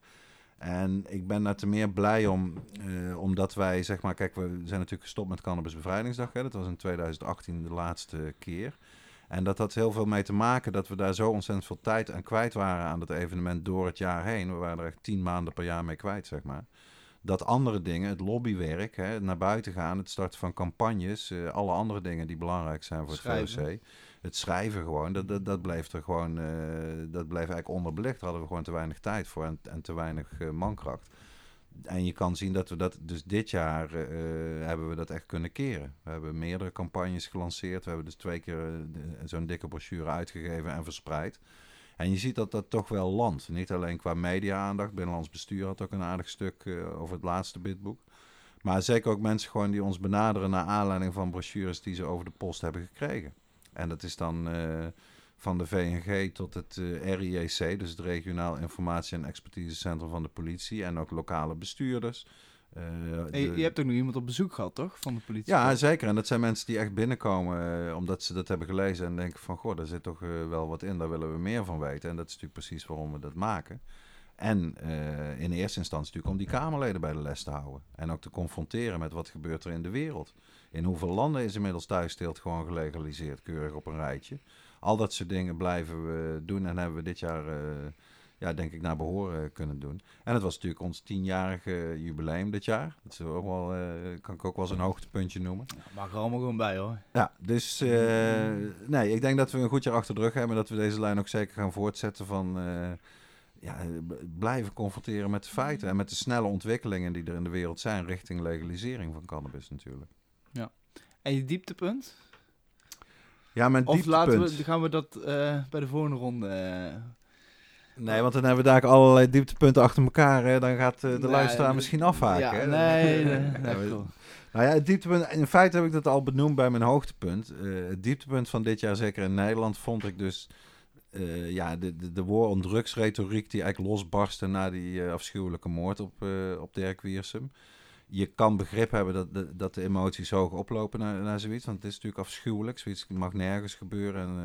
A: En ik ben daar te meer blij om, uh, omdat wij, zeg maar, kijk, we zijn natuurlijk gestopt met Cannabisbevrijdingsdag. Hè? Dat was in twintig achttien de laatste keer. En dat had heel veel mee te maken dat we daar zo ontzettend veel tijd aan kwijt waren aan dat evenement door het jaar heen. We waren er echt tien maanden per jaar mee kwijt, zeg maar. Dat andere dingen, het lobbywerk, hè, naar buiten gaan, het starten van campagnes, uh, alle andere dingen die belangrijk zijn voor het schrijven. V O C. Het schrijven gewoon, dat, dat, dat bleef er gewoon, uh, dat bleef eigenlijk onderbelicht. Daar hadden we gewoon te weinig tijd voor en, en te weinig uh, mankracht. En je kan zien dat we dat, dus dit jaar uh, hebben we dat echt kunnen keren. We hebben meerdere campagnes gelanceerd. We hebben dus twee keer uh, zo'n dikke brochure uitgegeven en verspreid. En je ziet dat dat toch wel landt. Niet alleen qua media-aandacht. Binnenlands Bestuur had ook een aardig stuk uh, over het laatste bidboek. Maar zeker ook mensen gewoon die ons benaderen naar aanleiding van brochures die ze over de post hebben gekregen. En dat is dan uh, van de V N G tot het uh, R I E C, dus het Regionaal Informatie- en Expertisecentrum van de politie. En ook lokale bestuurders. Uh,
B: de... je, je hebt ook nog iemand op bezoek gehad, toch? Van de politie?
A: Ja, zeker. En dat zijn mensen die echt binnenkomen uh, omdat ze dat hebben gelezen en denken van, goh, daar zit toch uh, wel wat in, daar willen we meer van weten. En dat is natuurlijk precies waarom we dat maken. En uh, in eerste instantie natuurlijk om die Kamerleden bij de les te houden. En ook te confronteren met wat gebeurt er in de wereld. In hoeveel landen is inmiddels thuissteelt gewoon gelegaliseerd, keurig op een rijtje. Al dat soort dingen blijven we doen en hebben we dit jaar, uh, ja, denk ik, naar behoren kunnen doen. En het was natuurlijk ons tienjarige jubileum dit jaar. Dat is ook wel, uh, kan ik ook wel eens een hoogtepuntje noemen.
B: Ja, mag er allemaal gewoon bij, hoor.
A: Ja, dus uh, nee, ik denk dat we een goed jaar achter de rug hebben. Dat we deze lijn ook zeker gaan voortzetten van... Uh, Ja, blijven confronteren met de feiten en met de snelle ontwikkelingen die er in de wereld zijn richting legalisering van cannabis natuurlijk.
B: Ja. En je dieptepunt?
A: Ja, mijn
B: of
A: dieptepunt.
B: laten we, gaan we dat uh, bij de volgende ronde... Uh...
A: Nee, want dan hebben we daar allerlei dieptepunten achter elkaar. Hè. Dan gaat uh, de
B: nee,
A: luisteraar
B: de,
A: misschien afhaken.
B: Ja,
A: hè.
B: nee, nee, nee, nee,
A: cool. Nou ja, het dieptepunt, in feite heb ik dat al benoemd bij mijn hoogtepunt. Uh, het dieptepunt van dit jaar, zeker in Nederland, vond ik dus... Uh, ja, de, de, de war on drugs retoriek die eigenlijk losbarstte na die uh, afschuwelijke moord op, uh, op Dirk Wiersum. Je kan begrip hebben dat de, dat de emoties hoog oplopen naar, naar zoiets, want het is natuurlijk afschuwelijk. Zoiets mag nergens gebeuren en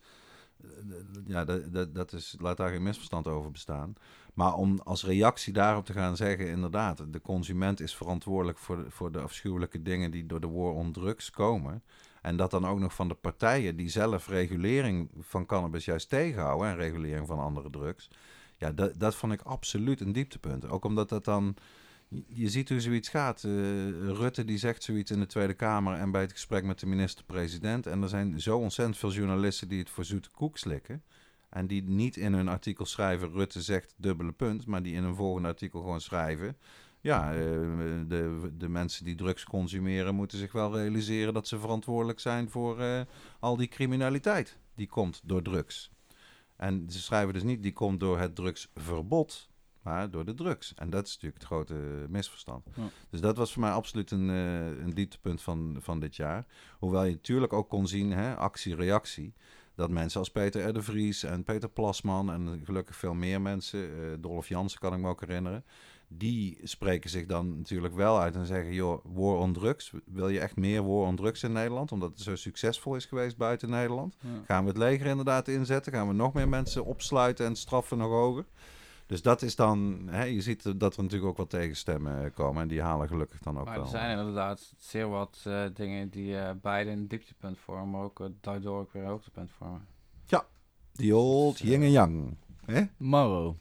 A: uh, ja, dat, dat, dat is, laat daar geen misverstand over bestaan. Maar om als reactie daarop te gaan zeggen, inderdaad, de consument is verantwoordelijk voor de, voor de afschuwelijke dingen die door de war on drugs komen. En dat dan ook nog van de partijen die zelf regulering van cannabis juist tegenhouden en regulering van andere drugs. Ja, dat, dat vond ik absoluut een dieptepunt. Ook omdat dat dan, je, je ziet hoe zoiets gaat. Uh, Rutte die zegt zoiets in de Tweede Kamer en bij het gesprek met de minister-president. En er zijn zo ontzettend veel journalisten die het voor zoete koek slikken. En die niet in hun artikel schrijven, Rutte zegt dubbele punt, maar die in een volgende artikel gewoon schrijven. Ja, uh, de, de mensen die drugs consumeren moeten zich wel realiseren dat ze verantwoordelijk zijn voor uh, al die criminaliteit die komt door drugs. En ze schrijven dus niet, die komt door het drugsverbod, maar door de drugs. En dat is natuurlijk het grote misverstand. Ja. Dus dat was voor mij absoluut een, uh, een dieptepunt van, van dit jaar. Hoewel je natuurlijk ook kon zien, hè, actie-reactie, dat mensen als Peter R. de Vries en Peter Plasman en gelukkig veel meer mensen, uh, Dolph Jansen kan ik me ook herinneren, die spreken zich dan natuurlijk wel uit en zeggen, joh, war on drugs. Wil je echt meer war on drugs in Nederland? Omdat het zo succesvol is geweest buiten Nederland. Ja. Gaan we het leger inderdaad inzetten? Gaan we nog meer mensen opsluiten en straffen nog hoger? Dus dat is dan, hè, je ziet dat er natuurlijk ook wat tegenstemmen komen. En die halen gelukkig dan ook
C: maar
A: wel.
C: Er zijn inderdaad zeer wat uh, dingen die uh, beide een dieptepunt vormen, maar ook uh, daardoor ook weer een hoogtepunt vormen.
A: Ja, die old dus, yin en yang. Hè?
B: Mauro.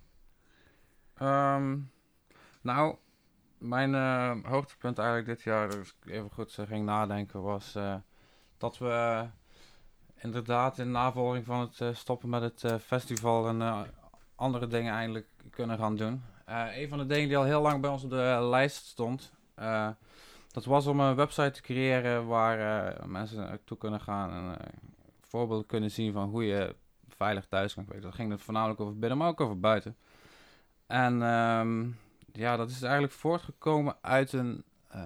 C: Um, nou, mijn uh, hoogtepunt eigenlijk dit jaar, dus ik even goed uh, ging nadenken, was uh, dat we uh, inderdaad in navolging van het uh, stoppen met het uh, festival en uh, andere dingen eindelijk kunnen gaan doen. Uh, een van de dingen die al heel lang bij ons op de lijst stond, uh, dat was om een website te creëren waar uh, mensen naartoe kunnen gaan en uh, voorbeelden kunnen zien van hoe je veilig thuis kan kwijt. Dat ging het voornamelijk over binnen, maar ook over buiten. En um, ja, dat is eigenlijk voortgekomen uit een uh,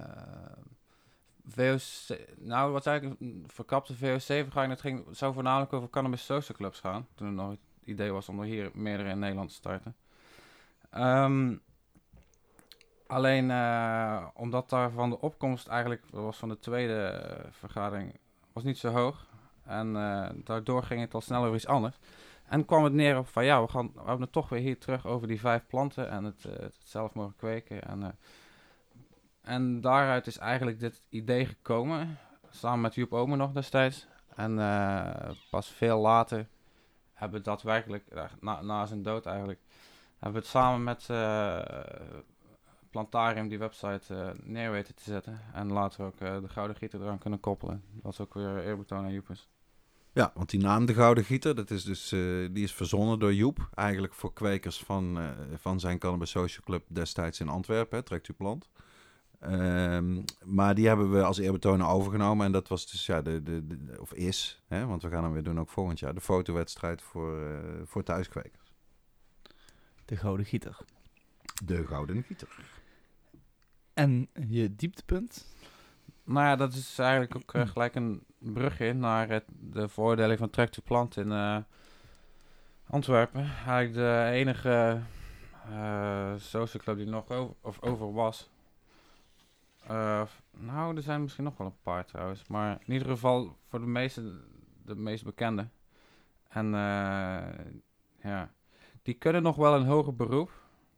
C: V O C, nou wat eigenlijk een verkapte V O C-vergadering. Het ging, zou voornamelijk over cannabis social clubs gaan, toen het nog het idee was om er hier meerdere in Nederland te starten. Um, alleen uh, omdat daarvan de opkomst eigenlijk, dat was van de tweede uh, vergadering, was niet zo hoog. En uh, daardoor ging het al sneller weer iets anders. En kwam het neer op van ja, we, gaan, we hebben het toch weer hier terug over die vijf planten en het, uh, het zelf mogen kweken. En, uh, en daaruit is eigenlijk dit idee gekomen, samen met Joep Omen nog destijds. En uh, pas veel later hebben we daadwerkelijk, uh, na, na zijn dood eigenlijk, hebben we het samen met uh, Plantarium, die website, uh, neer weten te zetten. En later ook uh, de Gouden Gieter eraan kunnen koppelen. Dat is ook weer eerbetoon aan Joepus.
A: Ja, want die naam De Gouden Gieter, dat is dus, uh, die is verzonnen door Joep. Eigenlijk voor kwekers van, uh, van zijn Cannabis Social Club destijds in Antwerpen, hè, Trekt u plant. Um, maar die hebben we als eerbetoon overgenomen. En dat was dus, ja, de, de, de, of is, hè, want we gaan hem weer doen ook volgend jaar, de fotowedstrijd voor, uh, voor thuiskwekers.
B: De Gouden Gieter.
A: De Gouden Gieter.
B: En je dieptepunt?
C: Nou ja, dat is eigenlijk ook uh, gelijk een brugje naar het, de veroordeling van Trekt u plant in uh, Antwerpen. Eigenlijk de enige uh, social club die nog over, of over was. Uh, nou, er zijn misschien nog wel een paar trouwens. Maar in ieder geval voor de meeste, de meest bekende. En uh, ja, die kunnen nog wel een hoger beroep.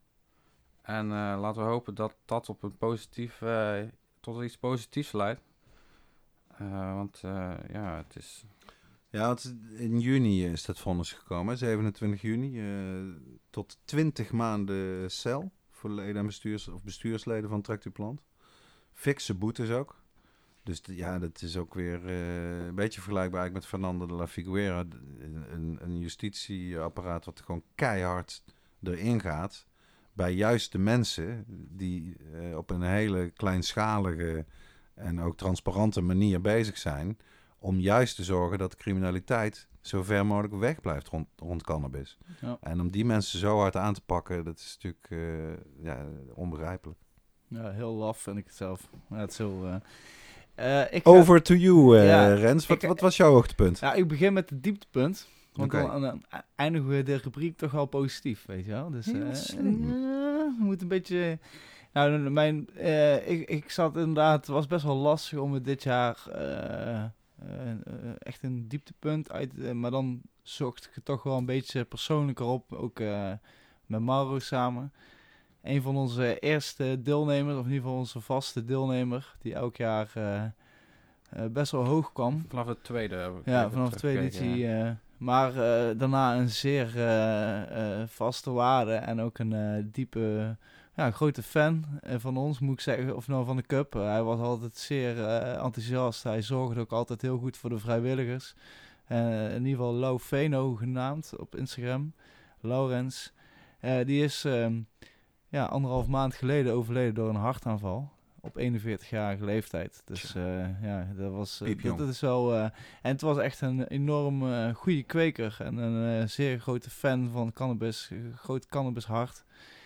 C: En uh, laten we hopen dat dat op een positief, uh, tot iets positiefs leidt. Uh, want uh, ja, het is...
A: Ja, want in juni is dat vonnis gekomen, zevenentwintig juni. Uh, tot twintig maanden cel voor leden en bestuurs, of bestuursleden van Trekt u plant. Fikse boetes ook. Dus d- ja, dat is ook weer uh, een beetje vergelijkbaar eigenlijk met Fernando de la Figuera. Een, een justitieapparaat wat gewoon keihard erin gaat. Bij juist de mensen die uh, op een hele kleinschalige en ook transparante manier bezig zijn. Om juist te zorgen dat de criminaliteit zo ver mogelijk weg blijft rond, rond cannabis. Ja. En om die mensen zo hard aan te pakken, dat is natuurlijk uh, ja, onbegrijpelijk.
B: Ja, heel laf vind ik het zelf. Ja, het is heel, uh, uh, ik
A: Over ga... to you, uh,
B: ja,
A: Rens. Wat,
B: ik,
A: wat was jouw hoogtepunt?
B: Ja, ik begin met het dieptepunt. Want
A: okay.
B: dan, dan eindigen we de rubriek toch wel positief, weet je wel. Dus uh, uh, moet een beetje... Nou, mijn, uh, ik, ik zat inderdaad... Het was best wel lastig om het dit jaar... Uh, uh, uh, echt een dieptepunt uit... Uh, maar dan zocht ik toch wel een beetje persoonlijker op. Ook uh, met Mauro samen. Een van onze eerste deelnemers, of in ieder geval onze vaste deelnemer, die elk jaar uh, uh, best wel hoog kwam.
C: Vanaf de tweede.
B: Ja, vanaf de tweede editie. Uh, maar uh, daarna een zeer uh, uh, vaste waarde en ook een uh, diepe ja, een grote fan uh, van ons, moet ik zeggen. Of nou van de Cup. Uh, hij was altijd zeer uh, enthousiast. Hij zorgde ook altijd heel goed voor de vrijwilligers. Uh, in ieder geval Lau Veno genaamd op Instagram. Laurens. Uh, die is um, ja, anderhalf maand geleden overleden door een hartaanval. Op eenenveertigjarige leeftijd. Dus uh, ja, dat was uh, dat, dat is wel. Uh, en het was echt een enorm uh, goede kweker. En een uh, zeer grote fan van cannabis. Uh, groot cannabishart.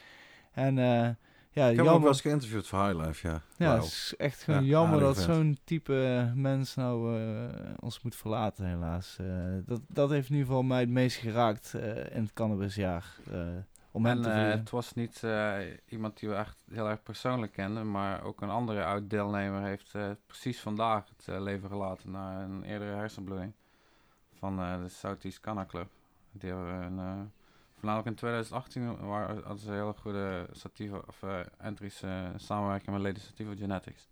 B: En uh, ja,
A: ik heb
B: jammer,
A: hem ook wel eens geïnterviewd voor Highlife, ja.
B: Ja,
A: wow.
B: het is echt gewoon
A: ja,
B: jammer dat
A: event.
B: zo'n type uh, mens nou uh, ons moet verlaten, helaas. Uh, dat, dat heeft in ieder geval mij het meest geraakt uh, in het cannabisjaar. Uh, Om
C: en
B: hem te
C: uh,
B: vieren.
C: het was niet uh, iemand die we echt heel erg persoonlijk kenden, maar ook een andere oud-deelnemer heeft uh, precies vandaag het uh, leven gelaten na een eerdere hersenbloeding van uh, de Southeast Canna Club. Die hebben we een, uh, voornamelijk in twintig achttien waar, hadden ze hele goede sativa, of, uh, entries uh, samenwerking met Lady Sativa Genetics.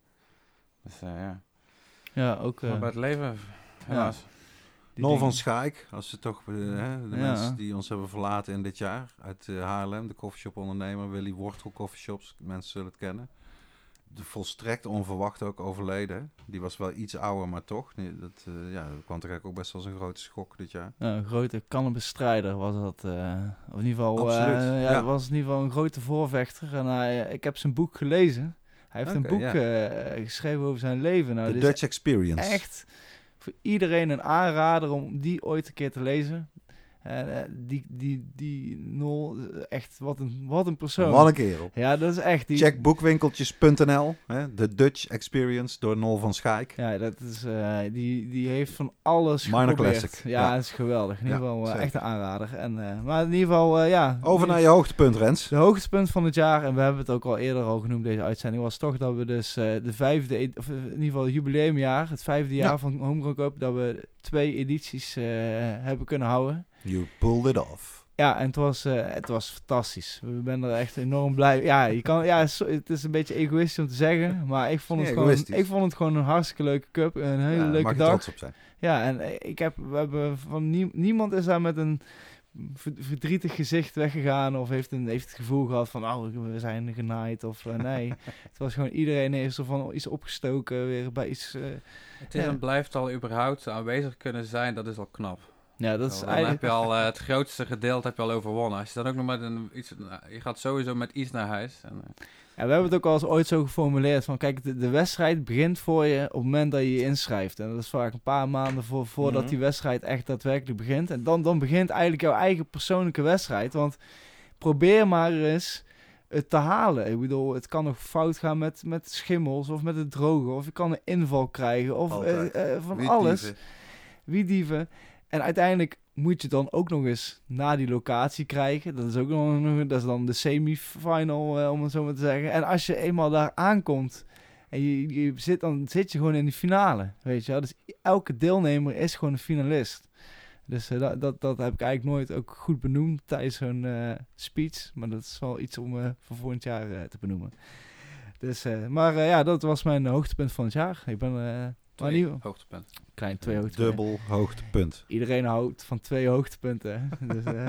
C: Dus uh, ja.
B: Ja, ook... Uh,
C: maar bij het leven, helaas. Ja.
A: Nol van Schaik, als ze toch uh, hè, de
B: ja.
A: mensen die ons hebben verlaten in dit jaar uit uh, Haarlem, de coffeeshop ondernemer Willy Wortel Coffeeshops, mensen zullen het kennen. De volstrekt onverwacht ook overleden. Die was wel iets ouder, maar toch. Nee, dat uh, ja, dat kwam toch eigenlijk ook best wel als een grote schok dit jaar.
B: Ja, een grote cannabisstrijder was dat. Uh, of in ieder geval, uh, ja,
A: ja.
B: ja. was in ieder geval een grote voorvechter. En hij, ik heb zijn boek gelezen. Hij heeft okay, een boek ja. uh, geschreven over zijn leven. Nou,
A: The Dutch Experience.
B: Echt voor iedereen een aanrader om die ooit een keer te lezen. Uh, die, die, die Nol, echt, wat een, wat een persoon.
A: Wat een kerel.
B: Ja, dat is echt... Die...
A: Check boekwinkeltjes punt n l, hè, The Dutch Experience door Nol van Schaik.
B: Ja, dat is, uh, die, die heeft van alles
A: Minor
B: geprobeerd.
A: classic.
B: Ja,
A: ja,
B: dat is geweldig. In ieder geval
A: ja,
B: uh, echt een aanrader. En, uh, maar in ieder geval, uh, ja...
A: Over naar je hoogtepunt, Rens.
B: De hoogtepunt van het jaar, en we hebben het ook al eerder al genoemd, deze uitzending, was toch dat we dus uh, de vijfde, of in ieder geval het jubileumjaar, het vijfde jaar ja. van Homegrown Cup, dat we twee edities uh, hebben kunnen houden.
A: You pulled it off.
B: Ja, en het was, uh, het was fantastisch. We zijn er echt enorm blij. Ja, je kan, ja, het is een beetje egoïstisch om te zeggen, maar ik vond, het gewoon, ik vond het gewoon een hartstikke leuke cup. Een hele
A: ja,
B: leuke
A: mag
B: dag.
A: Trots op zijn.
B: Ja, en ik heb, we hebben van nie, niemand is daar met een verdrietig gezicht weggegaan of heeft, een, heeft het gevoel gehad van, oh, we zijn genaaid of uh, nee. Het was gewoon, iedereen heeft er van iets opgestoken, weer bij iets... Uh,
C: het is ja. en blijft al überhaupt aanwezig kunnen zijn, dat is al knap.
B: Ja, dat is
C: dan
B: eigenlijk...
C: heb je al uh, het grootste gedeelte heb je al overwonnen. Als je dan ook nog met een iets, nou, je gaat sowieso met iets naar huis. En, uh...
B: ja, we hebben het ook al eens ooit zo geformuleerd van, kijk, de, de wedstrijd begint voor je op het moment dat je je inschrijft. En dat is vaak een paar maanden voor, voordat mm-hmm. die wedstrijd echt daadwerkelijk begint. En dan, dan begint eigenlijk jouw eigen persoonlijke wedstrijd. Want probeer maar eens het te halen. Ik bedoel, het kan nog fout gaan met, met schimmels of met het drogen. Of je kan een inval krijgen of uh, uh, van Wie alles. Dieven. Wie dieven. En uiteindelijk moet je dan ook nog eens naar die locatie krijgen. Dat is ook nog, dat is dan de semi-final, uh, om het zo maar te zeggen. En als je eenmaal daar aankomt en je, je zit, dan zit je gewoon in de finale, weet je wel. Dus elke deelnemer is gewoon een finalist. Dus uh, dat, dat, dat heb ik eigenlijk nooit ook goed benoemd tijdens zo'n uh, speech. Maar dat is wel iets om uh, voor volgend jaar uh, te benoemen. Dus, uh, maar uh, ja, dat was mijn hoogtepunt van het jaar. Ik ben... Uh,
C: Twee nieuw. hoogtepunten.
B: Klein twee hoogtepunten.
A: Dubbel hoogtepunt.
B: Iedereen houdt van twee hoogtepunten. dus uh,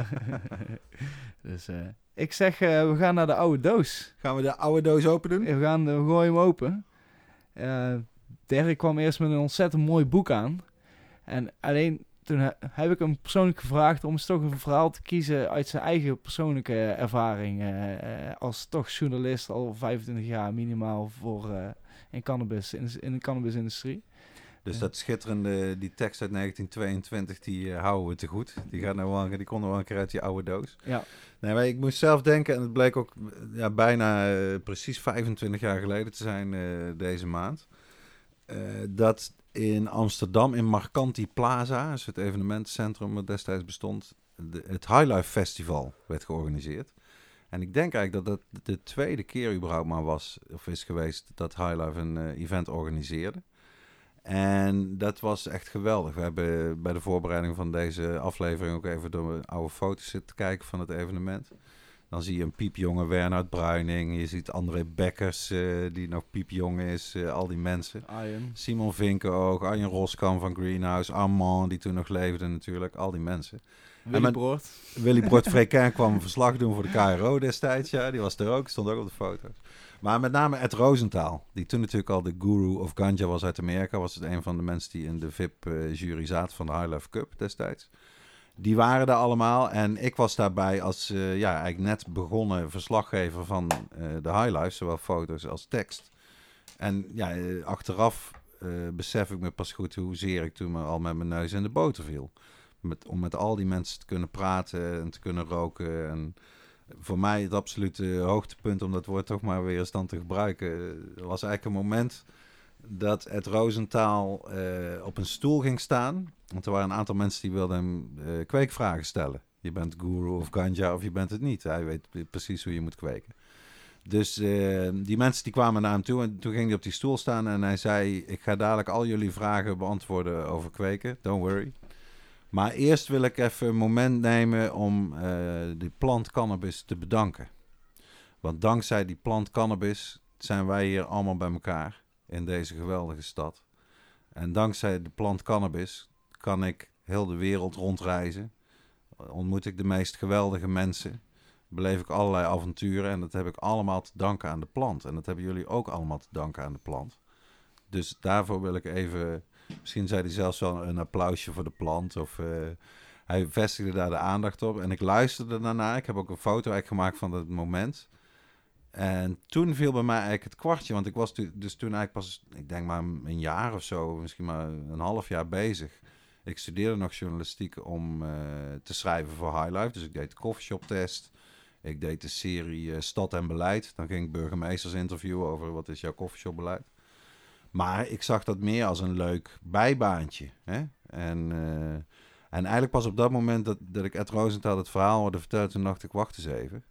B: dus uh, ik zeg, uh, we gaan naar de oude doos.
A: Gaan we de oude doos open doen?
B: We gaan, uh, we gooien hem open. Uh, Derek kwam eerst met een ontzettend mooi boek aan. En alleen toen he, heb ik hem persoonlijk gevraagd om eens toch een verhaal te kiezen uit zijn eigen persoonlijke ervaring. Uh, uh, als toch journalist al vijfentwintig jaar minimaal voor uh, in cannabis, in, in de cannabisindustrie.
A: Dus dat schitterende, die tekst uit negentien tweeëntwintig, die uh, houden we te goed. Die, gaat nou wel, die kon er wel een keer uit die oude doos.
B: Ja.
A: Nee, maar ik moest zelf denken, en het bleek ook ja, bijna uh, precies vijfentwintig jaar geleden te zijn uh, deze maand. Uh, dat in Amsterdam, in Marcanti Plaza, dus het evenementencentrum dat destijds bestond, de, het Highlife Festival werd georganiseerd. En ik denk eigenlijk dat dat de tweede keer überhaupt maar was, of is geweest, dat Highlife een uh, event organiseerde. En dat was echt geweldig. We hebben bij de voorbereiding van deze aflevering ook even door oude foto's zitten kijken van het evenement. Dan zie je een piepjonge Wernhard Bruining. Je ziet André Bekkers, uh, die nog piepjong is. Uh, al die mensen.
B: Arjen.
A: Simon Vinkenoog, Arjen Roskam van Greenhouse. Armand, die toen nog leefde natuurlijk. Al die mensen.
B: Willy
A: met,
B: Broert.
A: Willy Broert-Frequin kwam een verslag doen voor de K R O destijds. Ja, die was er ook. Stond ook op de foto's. Maar met name Ed Rosenthal. Die toen natuurlijk al de guru of ganja was uit Amerika. Was het een van de mensen die in de V I P-jury zaten van de High Life Cup destijds. Die waren er allemaal en ik was daarbij als uh, ja, eigenlijk net begonnen verslaggever van uh, de High Life, zowel foto's als tekst. En ja, uh, achteraf uh, besef ik me pas goed hoezeer ik toen me al met mijn neus in de boter viel. Met, om met al die mensen te kunnen praten en te kunnen roken. En voor mij het absolute hoogtepunt, om dat woord toch maar weer eens dan te gebruiken, uh, was eigenlijk een moment dat Ed Rosenthal uh, op een stoel ging staan. Want er waren een aantal mensen die wilden hem uh, kweekvragen stellen. Je bent guru of ganja of je bent het niet. Hij weet precies hoe je moet kweken. Dus uh, die mensen die kwamen naar hem toe en toen ging hij op die stoel staan en hij zei, ik ga dadelijk al jullie vragen beantwoorden over kweken. Don't worry. Maar eerst wil ik even een moment nemen om uh, die plant cannabis te bedanken. Want dankzij die plant cannabis zijn wij hier allemaal bij elkaar in deze geweldige stad. En dankzij de plant cannabis kan ik heel de wereld rondreizen. Ontmoet ik de meest geweldige mensen. Beleef ik allerlei avonturen. En dat heb ik allemaal te danken aan de plant. En dat hebben jullie ook allemaal te danken aan de plant. Dus daarvoor wil ik even... Misschien zei hij zelfs wel een applausje voor de plant. Of uh, hij vestigde daar de aandacht op. En ik luisterde daarna. Ik heb ook een foto eigenlijk gemaakt van dat moment. En toen viel bij mij eigenlijk het kwartje. Want ik was tu- dus toen eigenlijk pas, ik denk maar een jaar of zo, misschien maar een half jaar bezig. Ik studeerde nog journalistiek om uh, te schrijven voor High Life. Dus ik deed de coffeeshop test. Ik deed de serie uh, Stad en Beleid. Dan ging ik burgemeesters interviewen over wat is jouw coffeeshopbeleid. Maar ik zag dat meer als een leuk bijbaantje. Hè? En, uh, en eigenlijk pas op dat moment dat, dat ik Ed Rosenthal het verhaal hoorde vertellen, toen dacht ik, wacht eens even.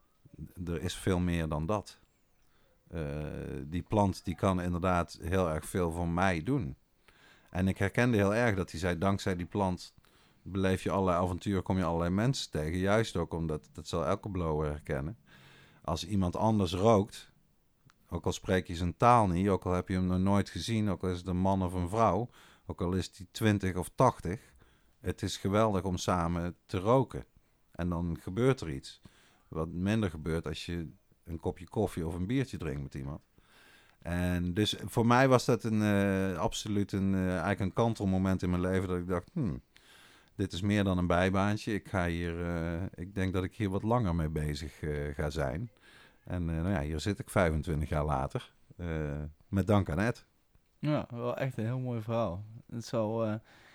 A: Er is veel meer dan dat. Uh, die plant die kan inderdaad heel erg veel voor mij doen. En ik herkende heel erg dat hij zei, dankzij die plant beleef je allerlei avonturen, kom je allerlei mensen tegen. Juist ook omdat, dat zal elke blower herkennen. Als iemand anders rookt, ook al spreek je zijn taal niet, ook al heb je hem nog nooit gezien, ook al is het een man of een vrouw, ook al is hij twintig of tachtig, het is geweldig om samen te roken. En dan gebeurt er iets. Wat minder gebeurt als je een kopje koffie of een biertje drinkt met iemand. En dus voor mij was dat een, uh, absoluut een, uh, eigenlijk een kantelmoment in mijn leven dat ik dacht, hmm, dit is meer dan een bijbaantje. Ik ga hier, uh, ik denk dat ik hier wat langer mee bezig uh, ga zijn. En uh, nou ja, hier zit ik vijfentwintig jaar later. Uh, met dank aan Ed.
B: Ja, wel echt een heel mooi verhaal. Het zal... Uh...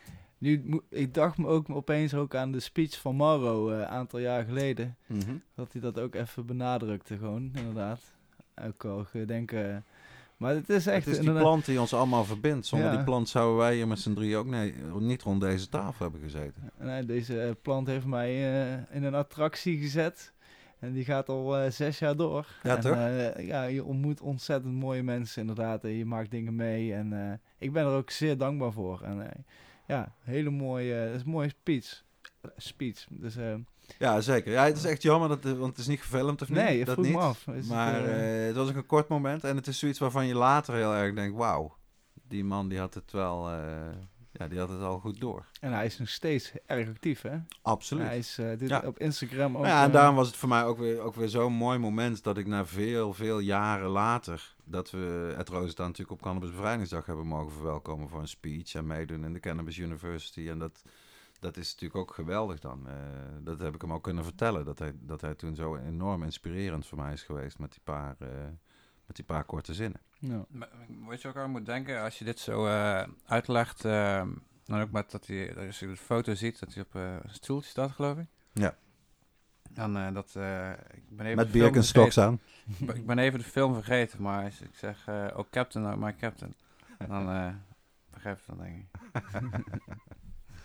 B: Nu, ik dacht me ook opeens ook aan de speech van Mauro een uh, aantal jaar geleden.
A: Mm-hmm.
B: Dat hij dat ook even benadrukte gewoon, inderdaad. Ook al denken... Maar het is echt...
A: Het is die plant die ons allemaal verbindt. Zonder ja. die plant zouden wij hier met z'n drieën ook nee, niet rond deze tafel hebben gezeten.
B: Nee, deze plant heeft mij uh, in een attractie gezet. En die gaat al uh, zes jaar door.
A: Ja,
B: en,
A: toch?
B: Uh, ja, je ontmoet ontzettend mooie mensen inderdaad. En je maakt dingen mee. En uh, ik ben er ook zeer dankbaar voor. En uh, ja, hele mooie... Het is een mooie speech. Speech. Dus... Uh,
A: Ja, zeker. Ja, het is echt jammer, dat, want het is niet gefilmd of niet.
B: Nee,
A: dat
B: vroeg
A: niet.
B: me af. Is
A: maar
B: het, uh...
A: uh, het was ook een kort moment. En het is zoiets waarvan je later heel erg denkt, wauw, die man die had het wel, uh, ja, die had het al goed door.
B: En hij is nog steeds erg actief, hè?
A: Absoluut.
B: Hij is uh, dit
A: ja.
B: op Instagram ook...
A: Ja, en
B: uh...
A: daarom was het voor mij ook weer, ook weer zo'n mooi moment dat ik na veel, veel jaren later, dat we Ed Rosenthal natuurlijk op Cannabis Bevrijdingsdag hebben mogen verwelkomen voor een speech en meedoen in de Cannabis University. En dat... Dat is natuurlijk ook geweldig dan. Uh, dat heb ik hem ook kunnen vertellen. Dat hij, dat hij toen zo enorm inspirerend voor mij is geweest met die paar, uh, met die paar korte zinnen.
B: Ja.
C: Wat je ook aan moet denken, als je dit zo uh, uitlegt, uh, dan ook met dat hij, als je de foto ziet, dat hij op uh, een stoeltje staat, geloof ik.
A: Ja.
C: Dan uh, dat, uh, ik ben even
A: met Birkenstocks aan.
C: Ik ben even de film vergeten, maar als ik zeg, uh, oh Captain, oh my Captain, dan uh, begrijp je dat denk ik.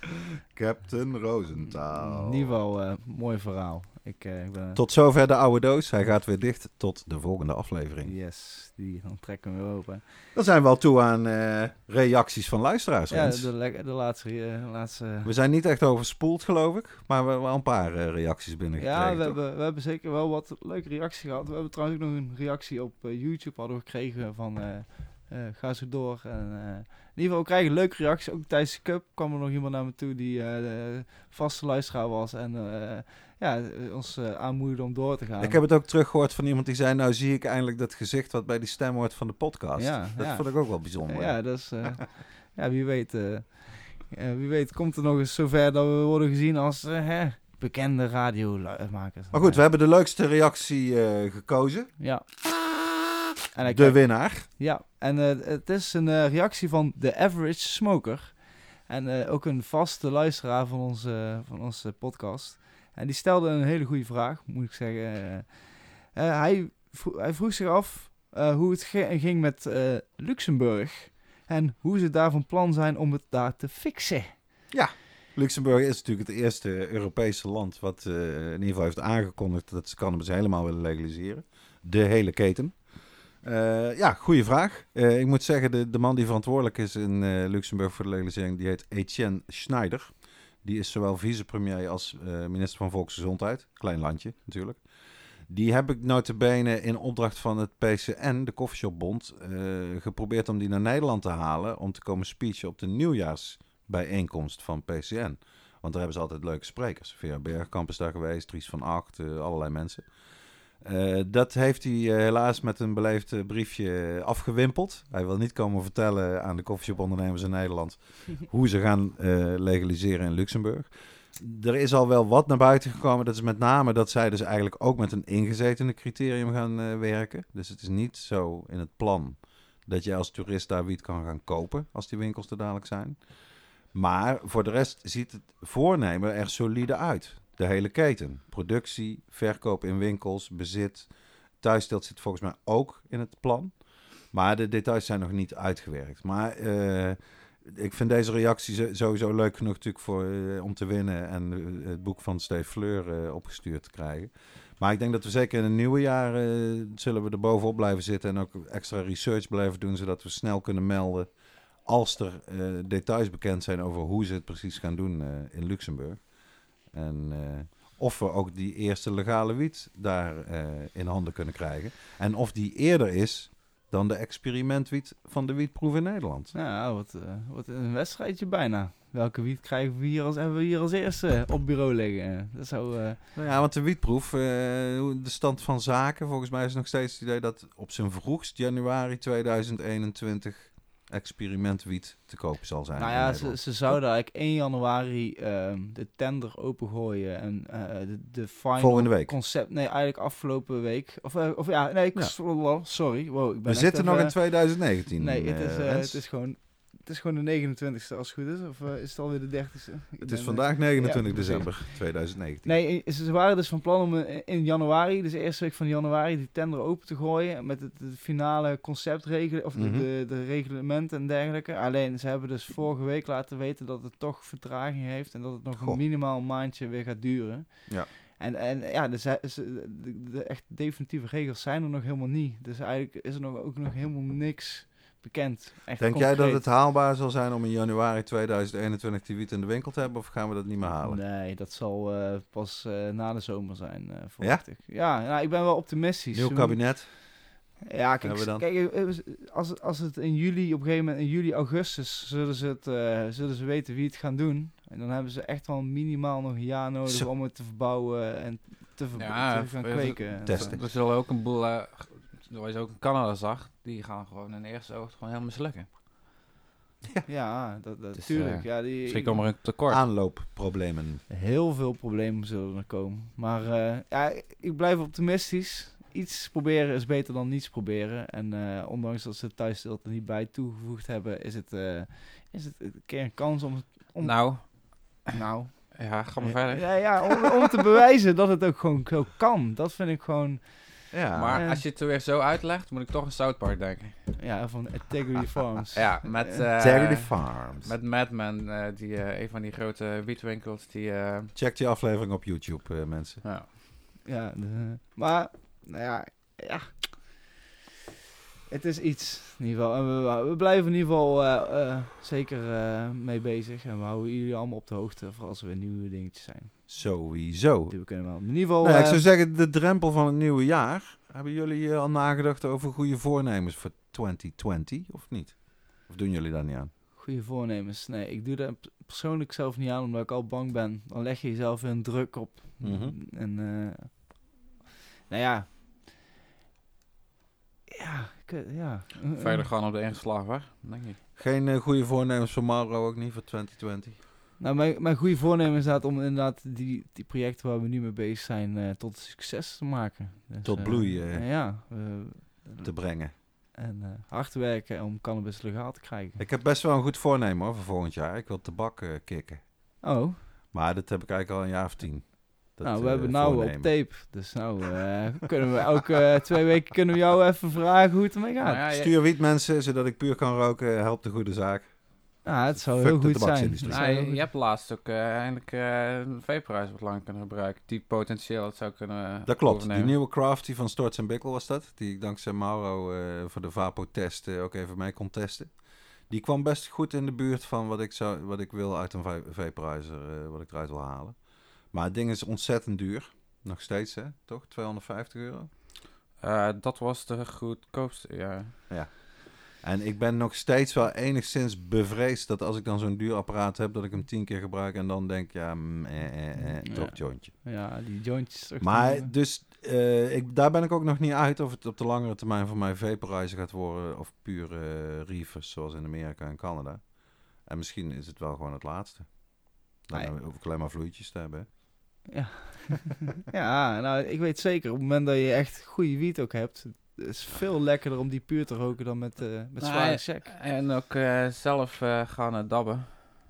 A: Captain Rosenthal.
B: In ieder geval, uh, mooi verhaal. Ik, uh, ik ben...
A: Tot zover de oude doos. Hij gaat weer dicht tot de volgende aflevering.
B: Yes, die dan trekken we weer open.
A: Dan zijn we al toe aan uh, reacties van luisteraars.
B: Ja, de, de, de laatste... Uh, laatste...
A: We zijn niet echt overspoeld, geloof ik. Maar we hebben wel een paar uh, reacties binnengekregen.
B: Ja, we hebben, we hebben zeker wel wat leuke reacties gehad. We hebben trouwens ook nog een reactie op uh, YouTube hadden we gekregen van... Uh, uh, ga zo door. En, uh, in ieder geval, we krijgen leuke reacties. Ook tijdens de cup kwam er nog iemand naar me toe die uh, de vaste luisteraar was. En uh, ja, ons uh, aanmoedigde om door te gaan.
A: Ik heb het ook teruggehoord van iemand die zei... nou zie ik eindelijk dat gezicht wat bij die stem hoort van de podcast.
B: Ja,
A: dat
B: ja.
A: vond ik ook wel bijzonder.
B: Ja, dat is... Uh, ja, wie weet... Uh, uh, wie weet komt er nog eens zover dat we worden gezien als... Uh, hè, bekende radiomakers.
A: Maar goed, ja. We hebben de leukste reactie uh, gekozen.
B: Ja.
A: En de krijg... winnaar.
B: Ja, en uh, het is een uh, reactie van The Average Smoker. En uh, ook een vaste luisteraar van onze, van onze podcast. En die stelde een hele goede vraag, moet ik zeggen. Uh, uh, hij, vro- hij vroeg zich af uh, hoe het ge- ging met uh, Luxemburg. En hoe ze daar van plan zijn om het daar te fixen.
A: Ja. Luxemburg is natuurlijk het eerste Europese land wat uh, in ieder geval heeft aangekondigd dat ze cannabis helemaal willen legaliseren. De hele keten. Uh, ja, goede vraag. Uh, ik moet zeggen, de, de man die verantwoordelijk is in uh, Luxemburg voor de legalisering, die heet Etienne Schneider. Die is zowel vicepremier als uh, minister van Volksgezondheid. Klein landje natuurlijk. Die heb ik notabene in opdracht van het P C N, de Coffeeshopbond, uh, geprobeerd om die naar Nederland te halen om te komen speechen op de nieuwjaarsbijeenkomst van P C N. Want daar hebben ze altijd leuke sprekers. Vera Bergkamp is daar geweest, Dries van Acht, uh, allerlei mensen. Uh, dat heeft hij uh, helaas met een beleefd uh, briefje afgewimpeld. Hij wil niet komen vertellen aan de coffeeshopondernemers in Nederland hoe ze gaan uh, legaliseren in Luxemburg. Er is al wel wat naar buiten gekomen. Dat is met name dat zij dus eigenlijk ook met een ingezetene criterium gaan uh, werken. Dus het is niet zo in het plan dat je als toerist daar wiet kan gaan kopen als die winkels er dadelijk zijn. Maar voor de rest ziet het voornemen er solide uit. De hele keten. Productie, verkoop in winkels, bezit. Thuissteelt zit volgens mij ook in het plan. Maar de details zijn nog niet uitgewerkt. Maar uh, ik vind deze reactie sowieso leuk genoeg natuurlijk voor, uh, om te winnen en uh, het boek van Steve Fleur uh, opgestuurd te krijgen. Maar ik denk dat we zeker in het nieuwe jaar uh, zullen we er bovenop blijven zitten en ook extra research blijven doen, zodat we snel kunnen melden als er uh, details bekend zijn over hoe ze het precies gaan doen uh, in Luxemburg. En uh, of we ook die eerste legale wiet daar uh, in handen kunnen krijgen. En of die eerder is dan de experimentwiet van de wietproef in Nederland.
B: Nou, wat, uh, wat een wedstrijdje bijna. Welke wiet krijgen we hier als, hebben we hier als eerste op bureau liggen? Dat zou, uh...
A: nou ja, want de wietproef, uh, de stand van zaken, volgens mij is nog steeds het idee dat op zijn vroegst januari tweeduizend eenentwintig experimentwiet te kopen zal zijn.
B: Nou ja, ze, ze zouden eigenlijk één januari um, de tender opengooien en uh, de, de final
A: volgende week.
B: Concept, nee, eigenlijk afgelopen week. Of, uh, of ja, nee, ik, ja. sorry. Wow, ik ben
A: We zitten
B: even,
A: nog in tweeduizend negentien.
B: Nee, het is, uh,
A: uh,
B: het is gewoon... Het is gewoon de negenentwintigste als het goed is, of uh, is het alweer de dertigste? Ik
A: het is
B: ben,
A: vandaag negenentwintig
B: ja,
A: december tweeduizend negentien.
B: Nee, ze waren dus van plan om in januari, dus de eerste week van januari, die tender open te gooien met het, het finale conceptregelen, of
A: mm-hmm.
B: de, de, de reglementen en dergelijke. Alleen, ze hebben dus vorige week laten weten dat het toch vertraging heeft en dat het nog Goh. een minimaal maandje weer gaat duren.
A: Ja.
B: En, en ja, dus, de, de, de echt definitieve regels zijn er nog helemaal niet. Dus eigenlijk is er nog, ook nog helemaal niks bekend. Echt
A: Denk
B: concreet.
A: jij dat het haalbaar zal zijn om in januari tweeduizend eenentwintig die wiet in de winkel te hebben, of gaan we dat niet meer halen?
B: Nee, dat zal uh, pas uh, na de zomer zijn, uh,
A: Ja?
B: verwacht ik. Ja, nou, ik ben wel optimistisch.
A: Nieuw kabinet?
B: Ja, kijk, kijk als, als het in juli, op een gegeven moment in juli, augustus, zullen ze, het, uh, zullen ze weten wie het gaan doen. En dan hebben ze echt wel minimaal nog een jaar nodig Zo. om het te verbouwen en te, ver-
C: ja,
B: te gaan kweken.
A: Testen.
C: Er zullen ook een boel... Uh, zoals je ook in Canada zag, die gaan gewoon in de eerste oogst gewoon helemaal mislukken.
B: Ja, ja dat, dat
C: dus,
B: tuurlijk.
C: Uh,
B: Ja, die,
C: misschien komen er een tekort.
A: Aanloopproblemen.
B: Heel veel problemen zullen er komen. Maar uh, ja, ik blijf optimistisch. Iets proberen is beter dan niets proberen. En uh, ondanks dat ze het thuisstilte niet bij toegevoegd hebben, is het, uh, is het een keer een kans om... om
C: nou...
B: Nou...
C: Ja, ga maar verder.
B: Ja, ja om, om te bewijzen dat het ook gewoon zo kan. Dat vind ik gewoon...
A: Ja.
C: Maar
B: Ja.
C: als je het er weer zo uitlegt, moet ik toch aan South Park denken.
B: Ja, van Integrity Farms.
C: Ja, met... eh,
A: Integrity Farms.
C: Met Madman, eh die, eh, een van die grote wietwinkels, die... eh,
A: Check die aflevering op YouTube, uh, mensen.
C: ja.
B: Ja, de, maar, nou ja, ja. Het is iets, in ieder geval. En we, we blijven in ieder geval uh, uh, zeker uh, mee bezig. En we houden jullie allemaal op de hoogte voor als er weer nieuwe dingetjes zijn.
A: Sowieso.
B: Die we kunnen wel. In ieder geval...
A: Nou, ja, ik
B: uh,
A: zou zeggen, de drempel van het nieuwe jaar. Hebben jullie uh, al nagedacht over goede voornemens voor twintig twintig, of niet? Of doen jullie daar niet aan?
B: Goede voornemens. Nee, ik doe dat persoonlijk zelf niet aan, omdat ik al bang ben. Dan leg je jezelf een druk op.
A: Mm-hmm.
B: En, uh, nou ja... Ja, ik, ja.
C: Verder gewoon op de ingeslagen weg, denk ik.
A: Geen uh, goede voornemens voor Mauro ook niet voor twintig twintig?
B: Nou, mijn, mijn goede voornemen is inderdaad om inderdaad die, die projecten waar we nu mee bezig zijn uh, tot succes te maken. Dus,
A: Tot
B: uh,
A: bloei uh,
B: ja, uh,
A: te brengen.
B: En uh, hard werken om cannabis legaal te krijgen.
A: Ik heb best wel een goed voornemen hoor, voor volgend jaar. Ik wil tabak uh, kicken.
B: Oh.
A: Maar dat heb ik eigenlijk al een jaar of tien. Dat,
B: nou, we
A: uh,
B: hebben nou
A: voornemen.
B: op tape. Dus nou uh, kunnen we elke uh, twee weken kunnen we jou even vragen hoe het ermee gaat.
C: Nou ja, je-
A: Stuur wiet mensen, zodat ik puur kan roken. Helpt de goede zaak.
B: Ja, het zou
A: Fuck
B: heel
A: de
B: goed zijn.
A: tabaksindustrie.
B: Het
C: Nou,
B: zou
C: je,
B: heel
C: je
B: goed-
C: hebt laatst ook uh, eindelijk uh, een vaporized wat lang kunnen gebruiken. Die potentieel het zou kunnen
A: Dat klopt.
C: overnemen.
A: Die nieuwe Crafty van Storts en Bickel was dat. Die ik dankzij Mauro uh, voor de Vapo-test uh, ook even mee kon testen. Die kwam best goed in de buurt van wat ik, zou, wat ik wil uit een va- vaporizer. Uh, wat ik eruit wil halen. Maar het ding is ontzettend duur. Nog steeds, hè? Toch? tweehonderdvijftig euro?
C: Uh, dat was de goedkoopste, ja.
A: Ja. En ik ben nog steeds wel enigszins bevreesd dat als ik dan zo'n duur apparaat heb, dat ik hem tien keer gebruik en dan denk, ja, mm, eh, eh, eh,
B: Ja.
A: top jointje.
B: Ja, die jointjes. terug te
A: Maar
B: nemen.
A: dus, uh, ik, daar ben ik ook nog niet uit of het op de langere termijn voor mij vaporizer gaat worden of puur uh, reefers zoals in Amerika en Canada. En misschien is het wel gewoon het laatste. Dan
B: Ah, ja.
A: hoef ik alleen maar vloeitjes te hebben.
B: Ja. Ja, nou, ik weet zeker, op het moment dat je echt goede wiet ook hebt, het is veel lekkerder om die puur te roken dan met, uh, met zware
C: Nou,
B: check.
C: En ook uh, zelf uh, gaan uh, dabben.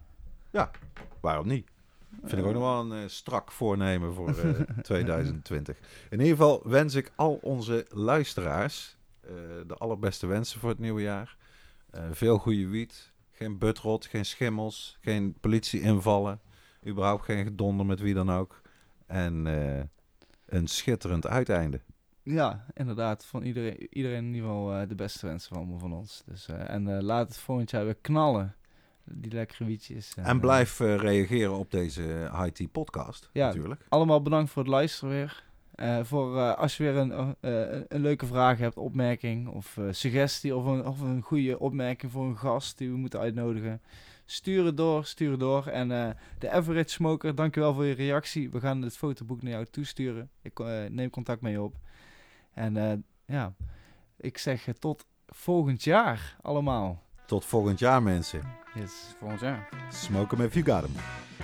A: Waarom niet? Vind ik ook nog wel een uh, strak voornemen voor uh, twintig twintig. In ieder geval wens ik al onze luisteraars uh, de allerbeste wensen voor het nieuwe jaar. Uh, veel goede wiet, geen butrot, geen schimmels, geen politie-invallen, überhaupt geen gedonder met wie dan ook. En uh, een schitterend uiteinde.
B: Ja, inderdaad. Van iedereen, iedereen in ieder geval uh, de beste wensen van, van ons. Dus, uh, en uh, laat het volgend jaar weer knallen. Die lekkere wietjes.
A: En blijf uh, reageren op deze High Tea podcast,
B: Ja.
A: natuurlijk.
B: Allemaal bedankt voor het luisteren weer. Uh, voor uh, als je weer een, uh, een, een leuke vraag hebt, opmerking of uh, suggestie of een, of een goede opmerking voor een gast die we moeten uitnodigen. Stuur het door, stuur het door. En uh, de Average Smoker, dankjewel voor je reactie. We gaan het fotoboek naar jou toesturen. Ik uh, neem contact met je op. En uh, ja, ik zeg uh, tot volgend jaar allemaal.
A: Tot volgend jaar, mensen.
B: Yes.
C: Volgend jaar.
A: Smoke 'em if you got 'em.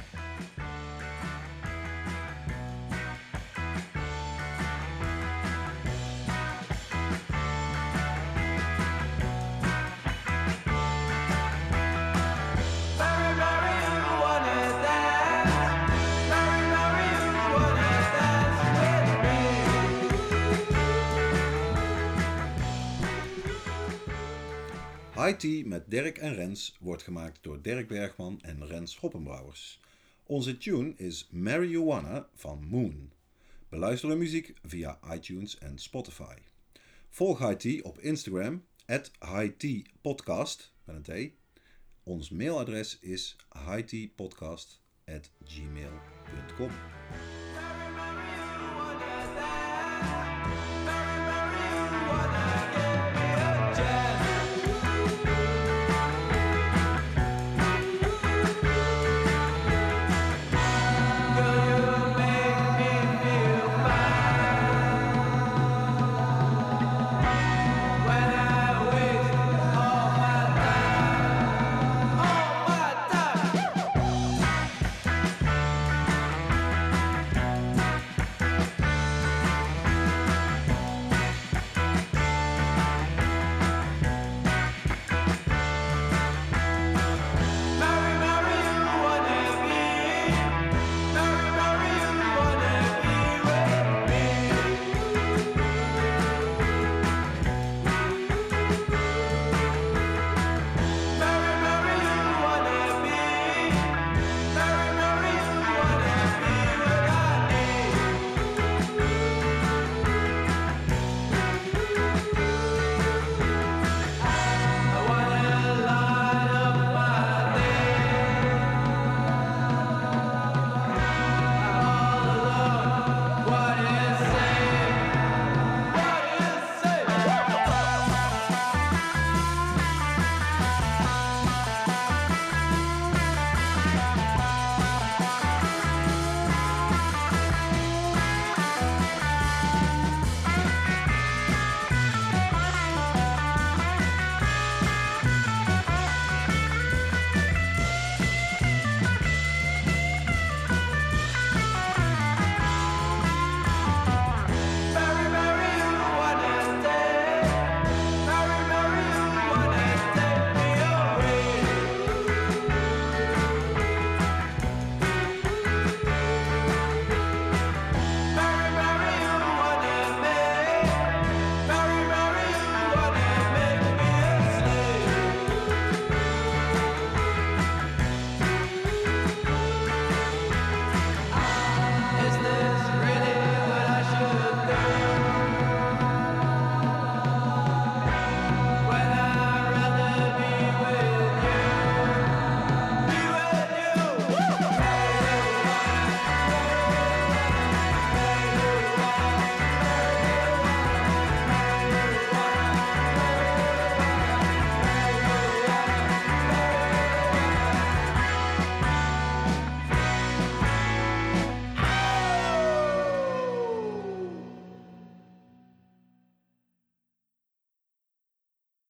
A: High Tea met Dirk en Rens wordt gemaakt door Dirk Bergman en Rens Hoppenbrouwers. Onze tune is Marijuana van Moon. Beluister de muziek via iTunes en Spotify. Volg High Tea op Instagram, at high tea podcast, met een T. Ons mailadres is high tea podcast at gmail dot com.